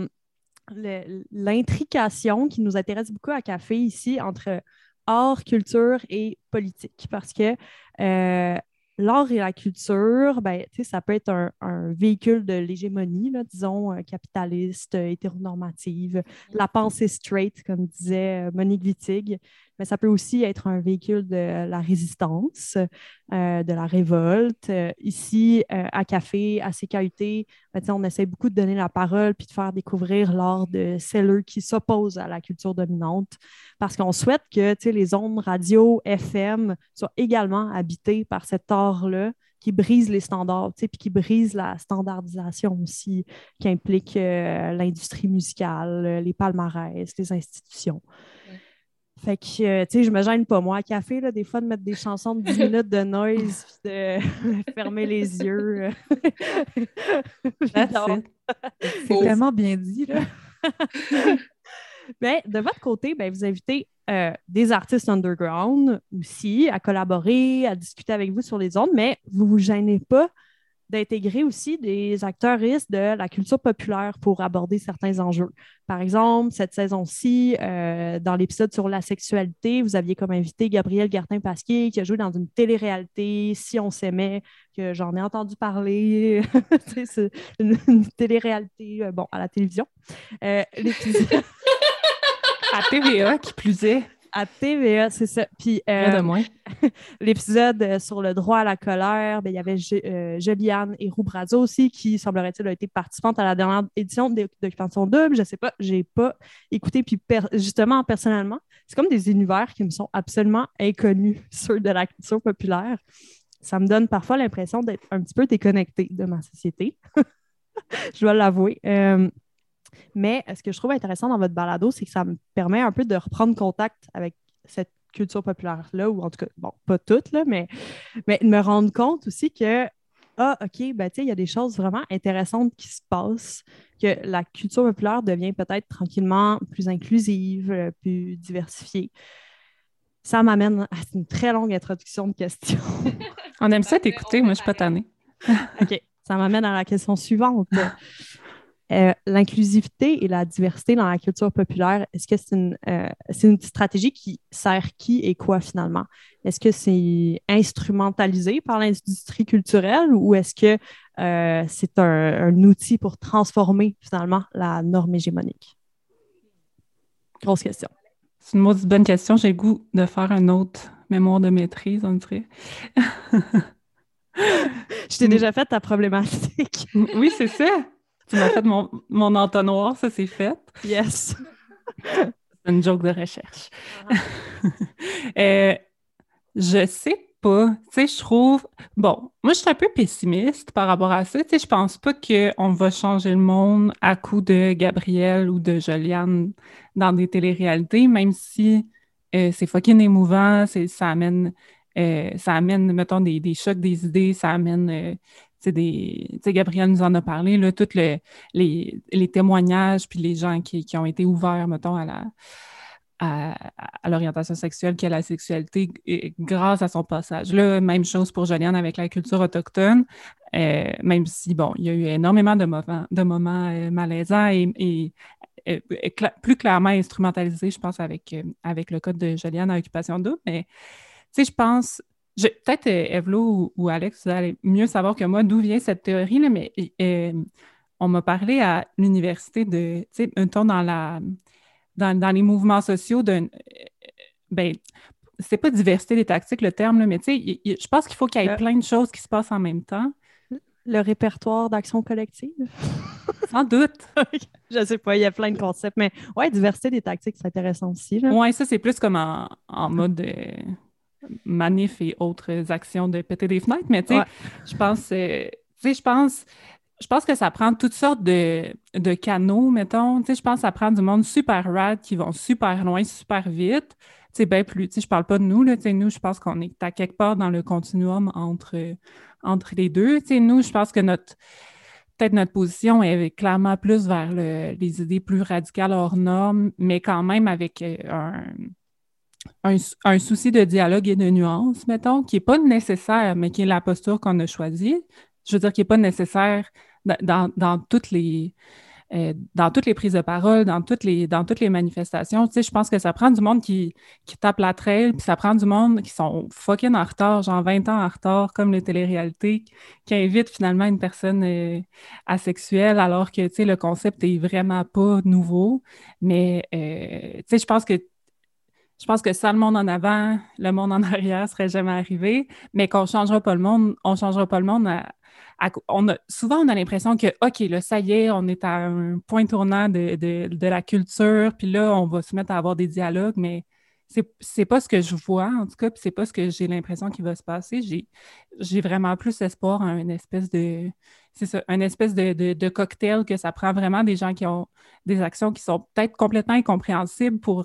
l'intrication qui nous intéresse beaucoup à Café ici entre art, culture et politique. Parce que l'art et la culture, ça peut être un véhicule de l'hégémonie, là, disons, capitaliste, hétéronormative, la pensée straight, comme disait Monique Wittig, mais ça peut aussi être un véhicule de la résistance, de la révolte. Ici, à Café, à CKUT, on essaie beaucoup de donner la parole puis de faire découvrir l'art de celles qui s'opposent à la culture dominante parce qu'on souhaite que les ondes radio, FM soient également habitées par cet art-là qui brise les standards, puis qui brise la standardisation aussi, qui implique l'industrie musicale, les palmarès, les institutions. Fait que, je me gêne pas, moi, à Café, là, des fois, de mettre des chansons de 10 minutes de noise puis de fermer les yeux. C'est tellement bien dit, là. Mais de votre côté, vous invitez des artistes underground aussi à collaborer, à discuter avec vous sur les ondes, mais vous ne vous gênez pas d'intégrer aussi des acteuristes de la culture populaire pour aborder certains enjeux. Par exemple, cette saison-ci, dans l'épisode sur la sexualité, vous aviez comme invité Gabriel Gertin-Pasquier qui a joué dans une télé-réalité, Si on s'aimait, que j'en ai entendu parler. C'est une télé-réalité, à la télévision. L'épisode... À TVA, qui plus est. À TVA, c'est ça. Puis, de moins. L'épisode sur le droit à la colère, il y avait Juliane et Brazo aussi, qui, semblerait-il, a été participante à la dernière édition d'Occupation Double. Je sais pas, j'ai pas écouté. Puis, justement, personnellement, c'est comme des univers qui me sont absolument inconnus, ceux de la culture populaire. Ça me donne parfois l'impression d'être un petit peu déconnectée de ma société. Je dois l'avouer. Mais ce que je trouve intéressant dans votre balado, c'est que ça me permet un peu de reprendre contact avec cette culture populaire-là, ou en tout cas, pas toute, là, mais de me rendre compte aussi que, il y a des choses vraiment intéressantes qui se passent, que la culture populaire devient peut-être tranquillement plus inclusive, plus diversifiée. Ça m'amène à une très longue introduction de questions. On aime ça t'écouter, moi, je suis pas tannée. OK, ça m'amène à la question suivante. L'inclusivité et la diversité dans la culture populaire, est-ce que c'est une stratégie qui sert qui et quoi finalement? Est-ce que c'est instrumentalisé par l'industrie culturelle ou est-ce que c'est un outil pour transformer finalement la norme hégémonique? Grosse question. C'est une maudite bonne question. J'ai le goût de faire un autre mémoire de maîtrise, on dirait. Je t'ai déjà fait ta problématique. Oui, c'est ça. Tu m'as fait mon entonnoir, ça c'est fait. Yes. C'est une joke de recherche. Je sais pas. Tu sais, je trouve... Bon, moi, je suis un peu pessimiste par rapport à ça. Tu sais, je pense pas qu'on va changer le monde à coup de Gabrielle ou de Joliane dans des téléréalités, même si c'est fucking émouvant, ça amène, mettons, des chocs des idées, ça amène... tu sais, Gabrielle nous en a parlé, là, tous les témoignages, puis les gens qui ont été ouverts, mettons, à, à l'orientation sexuelle qu'à la sexualité grâce à son passage. Là, même chose pour Joliane avec la culture autochtone, même si, bon, il y a eu énormément de moments malaisants plus clairement instrumentalisés, je pense, avec le code de Joliane à Occupation Double. Mais, tu sais, je pense... Peut-être Evlo ou Alex, vous allez mieux savoir que moi d'où vient cette théorie, là, mais on m'a parlé à l'université de, tu sais, un temps dans les mouvements sociaux ben, c'est pas diversité des tactiques le terme, là, mais tu sais, je pense qu'il faut qu'il y ait plein de choses qui se passent en même temps. Le répertoire d'action collective? Sans doute. Je sais pas, il y a plein de concepts, mais ouais, diversité des tactiques, c'est intéressant aussi. Ouais, ça, c'est plus comme en mode manif et autres actions de péter des fenêtres, mais tu sais, je pense, je pense que ça prend toutes sortes de canaux, mettons. Tu sais, je pense que ça prend du monde super rad qui vont super loin, super vite. Tu sais, ben plus, tu sais, je parle pas de nous, là. Tu sais, nous, je pense qu'on est à quelque part dans le continuum entre les deux. Tu sais, nous, je pense que peut-être notre position est clairement plus vers les idées plus radicales hors normes, mais quand même avec un souci de dialogue et de nuance, mettons, qui n'est pas nécessaire, mais qui est la posture qu'on a choisie. Je veux dire, qui n'est pas nécessaire dans toutes les prises de parole, dans toutes les manifestations. Tu sais, je pense que ça prend du monde qui tape la trail, puis ça prend du monde qui sont fucking en retard, genre 20 ans en retard, comme les téléréalités, qui invitent finalement une personne asexuelle, alors que, tu sais, le concept est vraiment pas nouveau. Mais, tu sais, je pense que sans le monde en avant, le monde en arrière serait jamais arrivé, mais qu'on ne changera pas le monde, on ne changera pas le monde. Souvent, on a l'impression que, OK, là, ça y est, on est à un point tournant de la culture, puis là, on va se mettre à avoir des dialogues, mais c'est pas ce que je vois, en tout cas, puis c'est pas ce que j'ai l'impression qu'il va se passer. J'ai vraiment plus espoir en une espèce de... C'est ça, une espèce de cocktail que ça prend vraiment des gens qui ont des actions qui sont peut-être complètement incompréhensibles pour...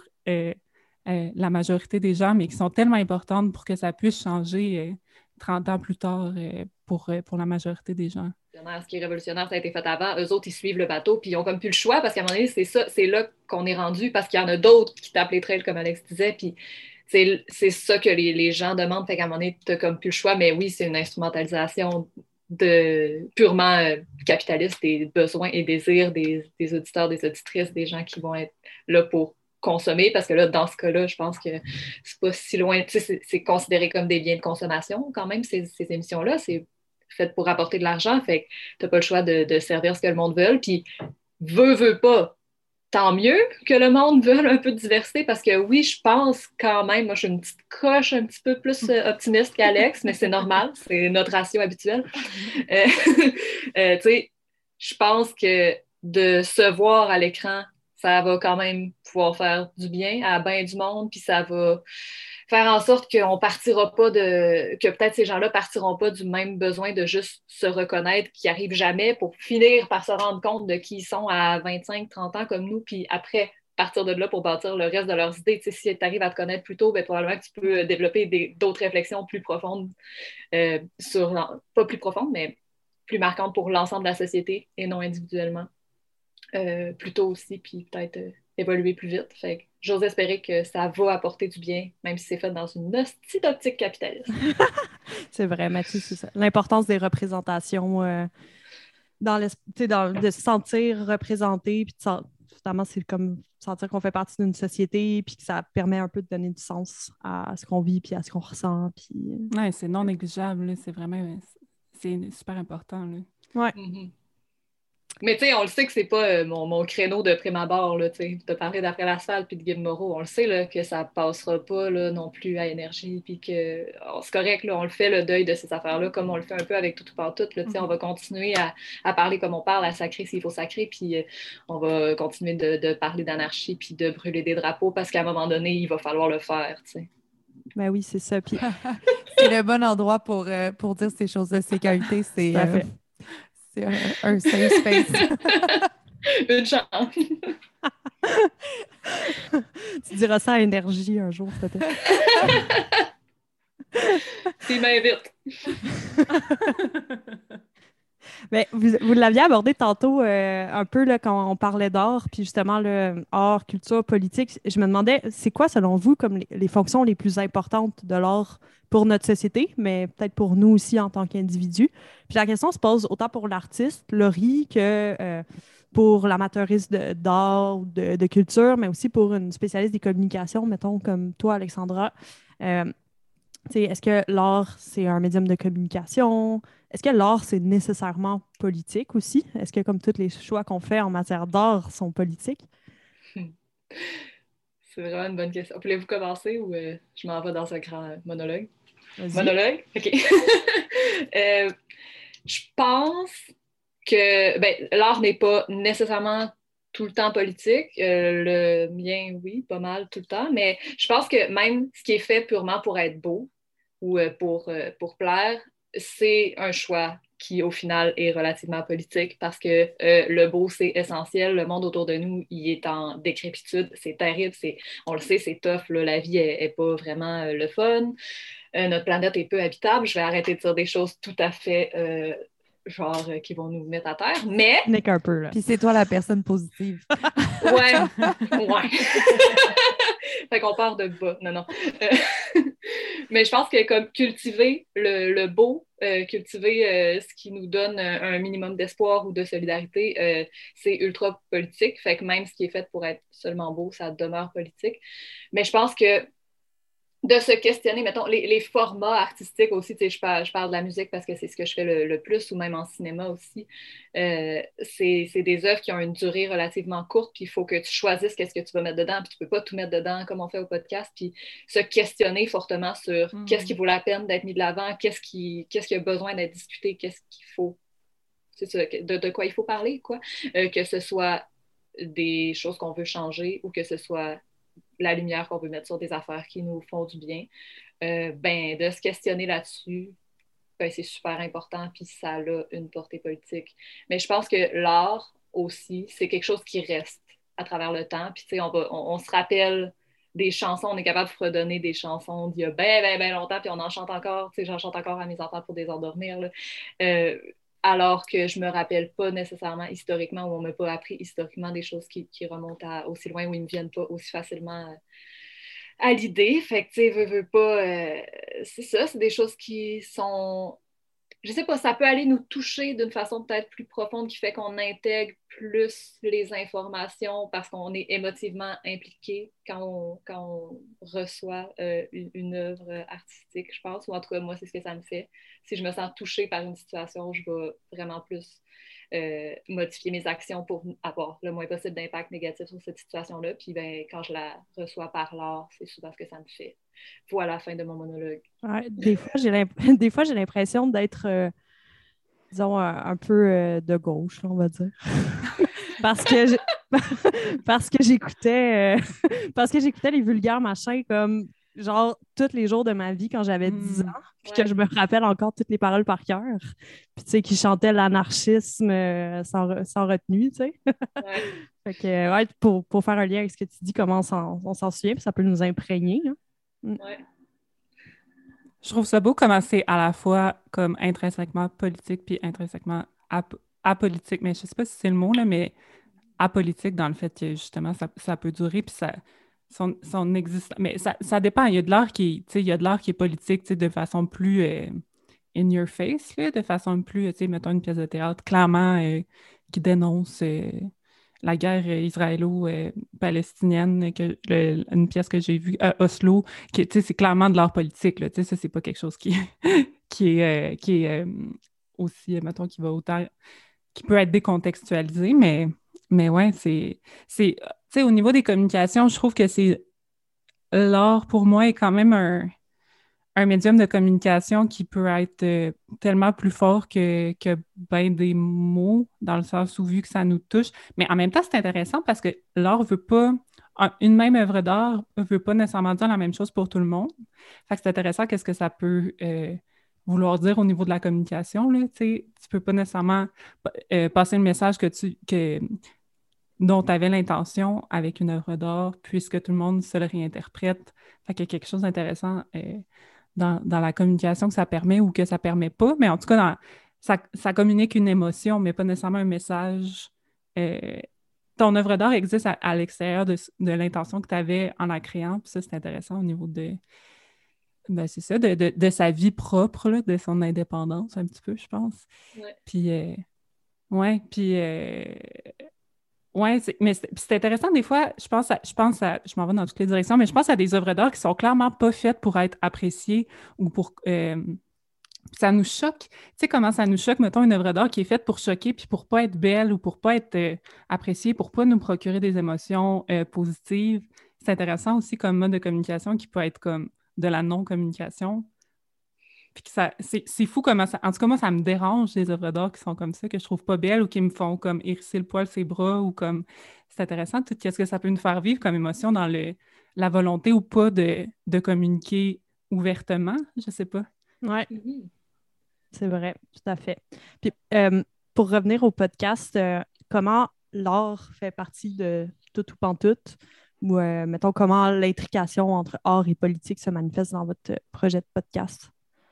la majorité des gens, mais qui sont tellement importantes pour que ça puisse changer 30 ans plus tard pour la majorité des gens. Ce qui est révolutionnaire, ça a été fait avant. Eux autres, ils suivent le bateau, puis ils ont comme plus le choix, parce qu'à un moment donné, c'est là qu'on est rendu, parce qu'il y en a d'autres qui tapent les trails, comme Alex disait, puis c'est ça que les gens demandent, fait qu'à un moment donné, t'as comme plus le choix, mais oui, c'est une instrumentalisation purement capitaliste des besoins et désirs des auditeurs, des auditrices, des gens qui vont être là pour consommer, parce que là, dans ce cas-là, je pense que c'est pas si loin, tu sais, c'est considéré comme des biens de consommation, quand même, ces émissions-là, c'est fait pour apporter de l'argent, fait que t'as pas le choix de servir ce que le monde veut, puis veut pas, tant mieux que le monde veuille un peu de diversité, parce que oui, je pense quand même, moi je suis une petite coche un petit peu plus optimiste qu'Alex, mais c'est normal, c'est notre ratio habituel. Tu sais, je pense que de se voir à l'écran, ça va quand même pouvoir faire du bien à bien du monde, puis ça va faire en sorte qu'on partira pas que peut-être ces gens-là partiront pas du même besoin de juste se reconnaître, qui arrive jamais, pour finir par se rendre compte de qui ils sont à 25-30 ans comme nous, puis après partir de là pour bâtir le reste de leurs idées. Tu sais, si tu arrives à te connaître plus tôt, bien, probablement que tu peux développer d'autres réflexions plus profondes pas plus profondes, mais plus marquantes pour l'ensemble de la société et non individuellement. Plus tôt aussi, puis peut-être évoluer plus vite. Fait que j'ose espérer que ça va apporter du bien, même si c'est fait dans une petite optique capitaliste. C'est vrai, Mathieu, c'est ça. L'importance des représentations de se sentir représenté, puis finalement, c'est comme sentir qu'on fait partie d'une société, puis que ça permet un peu de donner du sens à ce qu'on vit, puis à ce qu'on ressent. Puis... Ouais, c'est non négligeable, là. C'est vraiment c'est super important. Là. Ouais. Mm-hmm. Mais tu sais, on le sait que c'est pas mon créneau de prime abord, là, tu sais, de parler d'après l'asphalte puis de Guy Moreau, on le sait là, que ça passera pas là, non plus à énergie, puis que c'est correct, là, on le fait le deuil de ces affaires-là, comme on le fait un peu avec tout par tout, là, tu sais, on va continuer à parler comme on parle, à sacrer s'il faut sacrer, puis on va continuer de parler d'anarchie puis de brûler des drapeaux, parce qu'à un moment donné, il va falloir le faire, tu sais. Ben oui, c'est ça. Puis, C'est le bon endroit pour dire ces choses-là. CQUT, tout à fait. c'est un safe space. Une chance. Tu diras ça à Énergie un jour, peut-être. S'il m'invite. Mais vous l'aviez abordé tantôt un peu là, quand on parlait d'art, puis justement, le art, culture, politique. Je me demandais, c'est quoi, selon vous, comme les fonctions les plus importantes de l'art pour notre société, mais peut-être pour nous aussi en tant qu'individus? Puis la question se pose autant pour l'artiste, Laurie, que pour l'amateuriste d'art ou de culture, mais aussi pour une spécialiste des communications, mettons, comme toi, Alexandra. Euh, est-ce que l'art, c'est un médium de communication? Est-ce que l'art, c'est nécessairement politique aussi? Est-ce que comme tous les choix qu'on fait en matière d'art sont politiques? C'est vraiment une bonne question. Voulez-vous commencer ou je m'en vais dans un grand monologue? Vas-y. Monologue? OK. Je pense que l'art n'est pas nécessairement tout le temps politique. Le mien, oui, pas mal tout le temps. Mais je pense que même ce qui est fait purement pour être beau ou pour plaire, c'est un choix qui, au final, est relativement politique parce que le beau, c'est essentiel. Le monde autour de nous, il est en décrépitude. C'est terrible. On le sait, c'est tough. Là. La vie n'est pas vraiment le fun. Notre planète est peu habitable. Je vais arrêter de dire des choses tout à fait qui vont nous mettre à terre. Mais... N'est qu'un peu, là. Puis c'est toi la personne positive. Ouais. Fait qu'on part de bas. Non. Mais je pense que comme cultiver le beau, cultiver ce qui nous donne un minimum d'espoir ou de solidarité, c'est ultra politique. Fait que même ce qui est fait pour être seulement beau, ça demeure politique. Mais je pense que de se questionner, mettons, les formats artistiques aussi, je parle de la musique parce que c'est ce que je fais le plus, ou même en cinéma aussi. C'est des œuvres qui ont une durée relativement courte, puis il faut que tu choisisses qu'est-ce que tu vas mettre dedans, puis tu peux pas tout mettre dedans comme on fait au podcast, puis se questionner fortement sur qu'est-ce qui vaut la peine d'être mis de l'avant, qu'est-ce qui a besoin d'être discuté, qu'est-ce qu'il faut, c'est ça, de quoi il faut parler, quoi. Que ce soit des choses qu'on veut changer ou que ce soit la lumière qu'on veut mettre sur des affaires qui nous font du bien, de se questionner là-dessus, c'est super important, puis ça a une portée politique. Mais je pense que l'art aussi, c'est quelque chose qui reste à travers le temps, puis on se rappelle des chansons, on est capable de fredonner des chansons d'il y a bien longtemps, puis on en chante encore, j'en chante encore à mes enfants pour les endormir, là. Alors que je me rappelle pas nécessairement historiquement, ou on m'a pas appris historiquement des choses qui remontent aussi loin, ou ils me viennent pas aussi facilement à l'idée. Fait que, tu sais, veux pas... c'est ça, c'est des choses qui sont... Je sais pas, ça peut aller nous toucher d'une façon peut-être plus profonde qui fait qu'on intègre plus les informations parce qu'on est émotivement impliqué quand on reçoit une œuvre artistique, je pense. Ou en tout cas, moi, c'est ce que ça me fait. Si je me sens touchée par une situation, je vais vraiment plus modifier mes actions pour avoir le moins possible d'impact négatif sur cette situation-là. Puis quand je la reçois par l'art, c'est souvent ce que ça me fait. Voilà la fin de mon monologue. Ouais, des fois, j'ai l'impression d'être, disons, un peu de gauche, là, on va dire. parce que j'écoutais les vulgaires machins comme genre tous les jours de ma vie quand j'avais 10 ans, puis que je me rappelle encore toutes les paroles par cœur. Puis tu sais, qui chantaient l'anarchisme sans retenue, tu sais. Ouais. Fait que, pour faire un lien avec ce que tu dis, comment on s'en souvient, puis ça peut nous imprégner. Hein. Ouais. Je trouve ça beau comment c'est à la fois comme intrinsèquement politique puis intrinsèquement apolitique, mais je sais pas si c'est le mot, là, mais apolitique dans le fait que justement ça peut durer puis son existence. Mais ça dépend. Il y a de l'art il y a de l'art qui est politique, de façon plus in your face, là, de façon plus, mettons une pièce de théâtre clairement qui dénonce la guerre israélo-palestinienne, une pièce que j'ai vue à Oslo, c'est clairement de l'art politique. Là, ça, c'est pas quelque chose qui est aussi, mettons, qui peut être décontextualisé, mais ouais, au niveau des communications, je trouve que l'art, pour moi, est quand même un médium de communication qui peut être tellement plus fort que ben des mots, dans le sens où vu que ça nous touche. Mais en même temps, c'est intéressant parce que l'art veut pas une même œuvre d'art ne veut pas nécessairement dire la même chose pour tout le monde. Fait que c'est intéressant qu'est-ce que ça peut vouloir dire au niveau de la communication, là, tu sais. Tu peux pas nécessairement passer le message dont tu avais l'intention avec une œuvre d'art, puisque tout le monde se le réinterprète. Fait qu'il y a quelque chose d'intéressant dans la communication que ça permet ou que ça permet pas, mais en tout cas, ça communique une émotion, mais pas nécessairement un message. Euh, Ton œuvre d'art existe à l'extérieur de l'intention que tu avais en la créant, puis ça, c'est intéressant au niveau ben, c'est ça, de sa vie propre, là, de son indépendance, un petit peu, je pense. Ouais. Puis, ouais, puis... ouais, mais c'est intéressant des fois, je m'en vais dans toutes les directions, mais je pense à des œuvres d'art qui sont clairement pas faites pour être appréciées ou pour... ça nous choque. Tu sais comment ça nous choque, mettons, une œuvre d'art qui est faite pour choquer puis pour pas être belle ou pour pas être appréciée, pour pas nous procurer des émotions positives. C'est intéressant aussi comme mode de communication qui peut être comme de la non-communication. Puis que c'est fou comment ça... En tout cas, moi, ça me dérange, les œuvres d'art qui sont comme ça, que je trouve pas belles ou qui me font comme hérisser le poil ses bras ou comme... C'est intéressant, tout ce que ça peut nous faire vivre comme émotion dans la volonté ou pas de communiquer ouvertement, je sais pas. Ouais, Mhm. c'est vrai, tout à fait. Puis, pour revenir au podcast, comment l'art fait partie de Tout ou Pantoute? Ou, mettons, comment l'intrication entre art et politique se manifeste dans votre projet de podcast?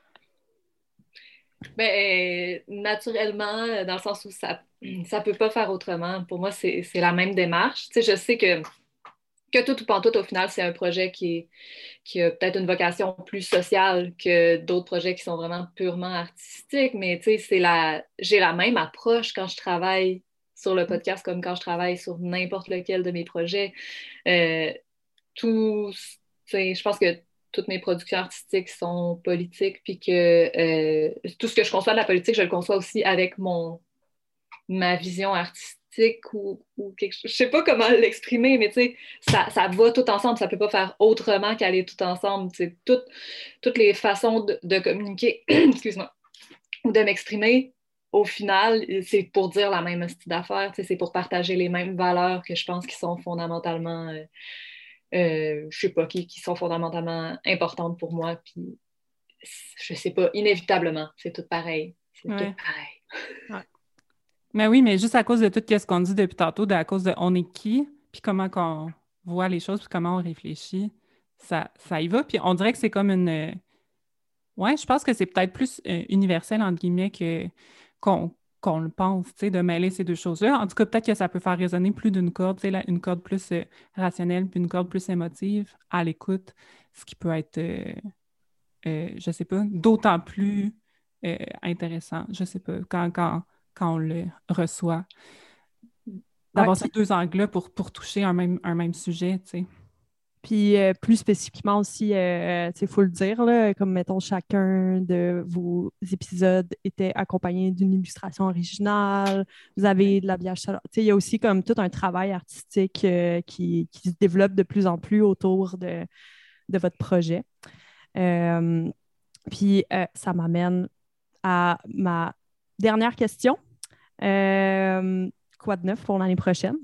Ben, naturellement, dans le sens où ça peut pas faire autrement. Pour moi, c'est la même démarche. Tu sais, je sais que Tout ou Pantoute, au final, c'est un projet qui a peut-être une vocation plus sociale que d'autres projets qui sont vraiment purement artistiques, mais tu sais, j'ai la même approche quand je travaille sur le podcast comme quand je travaille sur n'importe lequel de mes projets. Euh, tout, tu sais, je pense que toutes mes productions artistiques sont politiques, puis que tout ce que je conçois de la politique, je le conçois aussi avec ma vision artistique ou quelque chose. Je sais pas comment l'exprimer, mais tu sais, ça va tout ensemble. Ça peut pas faire autrement qu'aller tout ensemble. Tu sais, toutes les façons de communiquer, excuse-moi, ou de m'exprimer, au final, c'est pour dire la même style d'affaires. Tu sais, c'est pour partager les mêmes valeurs que je pense qui sont fondamentalement, je sais pas, qui sont fondamentalement importantes pour moi. Puis, je sais pas, inévitablement, c'est tout pareil. C'est Ouais. tout pareil. Ouais. Mais oui, mais juste à cause de tout ce qu'on dit depuis tantôt, à cause de on est qui, puis comment qu'on voit les choses, puis comment on réfléchit, ça y va. Puis on dirait que c'est comme ouais, je pense que c'est peut-être plus universel, entre guillemets, qu'on le pense, tu sais, de mêler ces deux choses-là. En tout cas, peut-être que ça peut faire résonner plus d'une corde, tu sais, une corde plus rationnelle, puis une corde plus émotive à l'écoute, ce qui peut être, je sais pas, d'autant plus intéressant, je sais pas, quand on le reçoit, d'avoir ces deux angles-là pour toucher un même sujet, tu sais. Puis plus spécifiquement aussi, il faut le dire, là, comme mettons chacun de vos épisodes était accompagné d'une illustration originale, vous avez de l'habillage sonore. Il y a aussi comme tout un travail artistique qui se développe de plus en plus autour de votre projet. Puis ça m'amène à ma dernière question. Quoi de neuf pour l'année prochaine?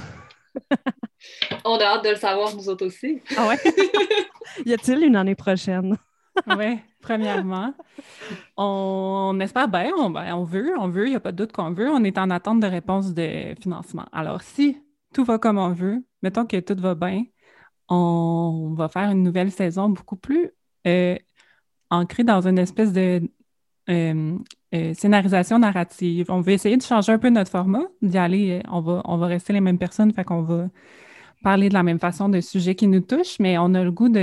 On a hâte de le savoir, nous autres aussi. Ah ouais? Y a-t-il une année prochaine? Oui, premièrement, on espère bien, on veut, il n'y a pas de doute qu'on veut. On est en attente de réponse de financement. Alors, si tout va comme on veut, mettons que tout va bien, on va faire une nouvelle saison beaucoup plus ancrée dans une espèce de scénarisation narrative. On va essayer de changer un peu notre format, d'y aller, on va rester les mêmes personnes, fait qu'on va parler de la même façon de sujets qui nous touchent, mais on a le goût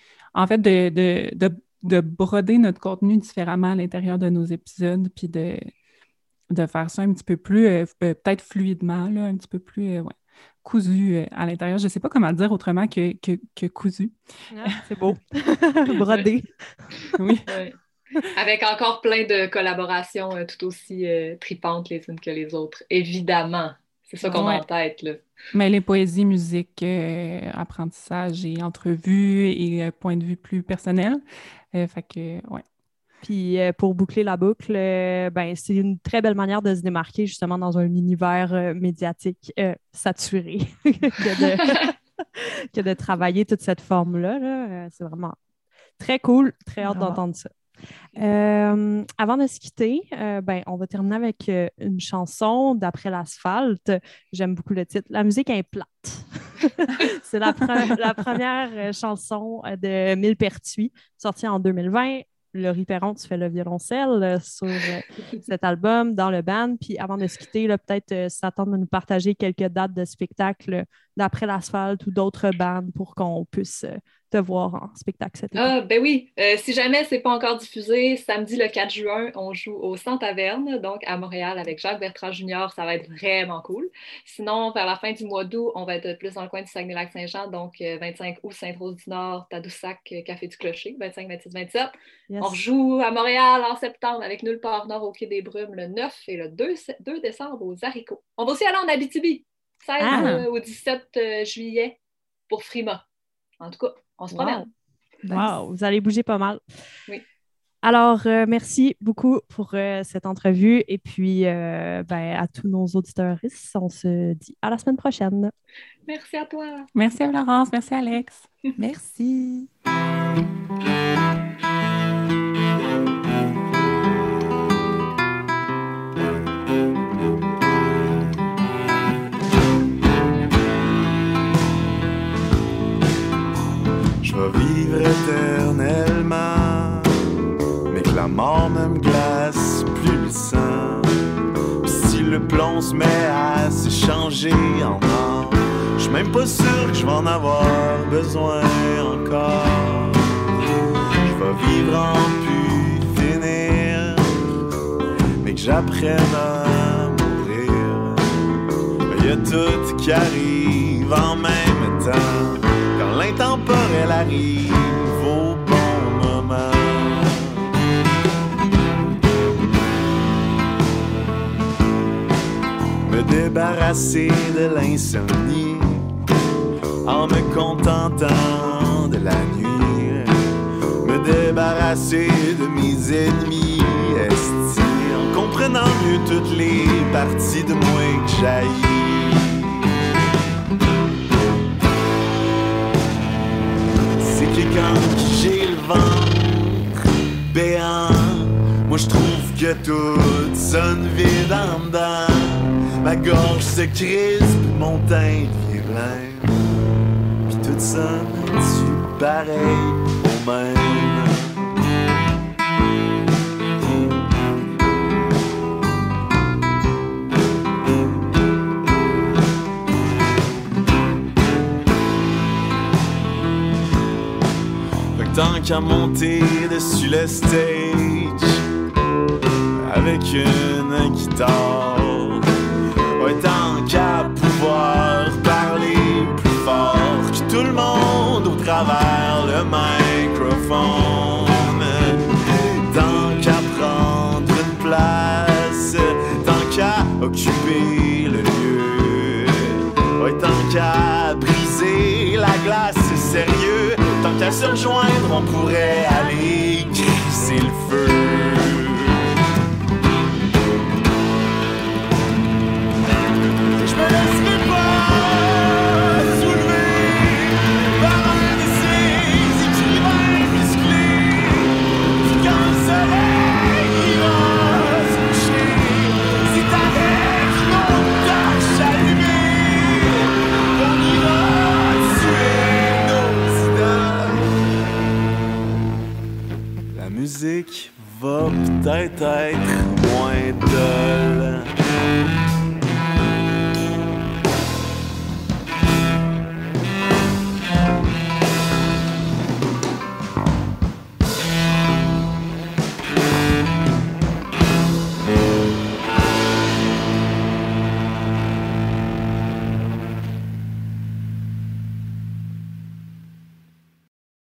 de broder notre contenu différemment à l'intérieur de nos épisodes, puis de faire ça un petit peu plus, peut-être fluidement, là, un petit peu plus ouais, cousu à l'intérieur. Je ne sais pas comment le dire autrement que cousu. Ah, c'est beau. Brodé. Oui. Ouais. Avec encore plein de collaborations tout aussi tripantes les unes que les autres, évidemment. C'est ça qu'on a en tête, là. Mais les poésies, musique, apprentissage et entrevues et point de vue plus personnel. Fait que, ouais. Puis pour boucler la boucle, ben, c'est une très belle manière de se démarquer justement dans un univers médiatique saturé que de travailler toute cette forme-là. Là. C'est vraiment très cool. Très hâte d'entendre ça. Avant de se quitter, on va terminer avec une chanson d'Après l'asphalte. J'aime beaucoup le titre. La musique est plate. C'est la première chanson de Millepertuis, sortie en 2020. Laurie Perron, tu fais le violoncelle sur cet album, dans le band. Puis avant de se quitter, là, peut-être s'attendre de nous partager quelques dates de spectacle d'Après l'asphalte ou d'autres bands pour qu'on puisse te voir en spectacle cet été. Ah, ben oui. Si jamais c'est pas encore diffusé, samedi le 4 juin, on joue au Centre Taverne, donc à Montréal avec Jacques Bertrand Jr. Ça va être vraiment cool. Sinon, vers la fin du mois d'août, on va être plus dans le coin du Saguenay-Lac-Saint-Jean, donc 25 août, Sainte-Rose-du-Nord, Tadoussac, Café du Clocher, 25, 26, 27. Yes. On rejoue à Montréal en septembre avec Nulle part Nord au Quai des Brumes le 9 et le 2 décembre aux Haricots. On va aussi aller en Abitibi, 16 au 17 juillet pour Frima. En tout cas, on se promène. Wow, vous allez bouger pas mal. Oui. Alors, merci beaucoup pour cette entrevue. Et puis, à tous nos auditeurs, on se dit à la semaine prochaine. Merci à toi. Merci à Laurence. Merci Alex. Merci. Je vais vivre éternellement, mais que la mort ne me glace plus le sang. Pis si le plomb se met à s'échanger en or, je suis même pas sûr que je vais en avoir besoin encore. Je vais vivre en pu finir, mais que j'apprenne à mourir. Y a tout qui arrive en même temps, quand l'intemporel arrive au bon moment. Me débarrasser de l'insomnie en me contentant de la nuit. Me débarrasser de mes ennemis estis en comprenant mieux toutes les parties de moi que j'haïs. Quand j'ai le ventre béant, moi je trouve que tout sonne vide en dedans. Ma gorge se crispe, mon teint devient blanc, puis tout sonne-tu pareil au même. Tant qu'à monter dessus le stage avec une guitare, ouais, tant qu'à pouvoir parler plus fort que tout le monde au travers le microphone, tant qu'à prendre une place, tant qu'à occuper le lieu, ouais, tant qu'à briser la glace, c'est sérieux. Tant qu'à se rejoindre, on pourrait aller crisser le feu. Je me laisserai pas soulever par un de ces écrivains musclés. Puis quand le soleil ira se coucher, c'est avec nos torches allumées qu'on ira tuer nos idoles. La musique va peut-être être moins de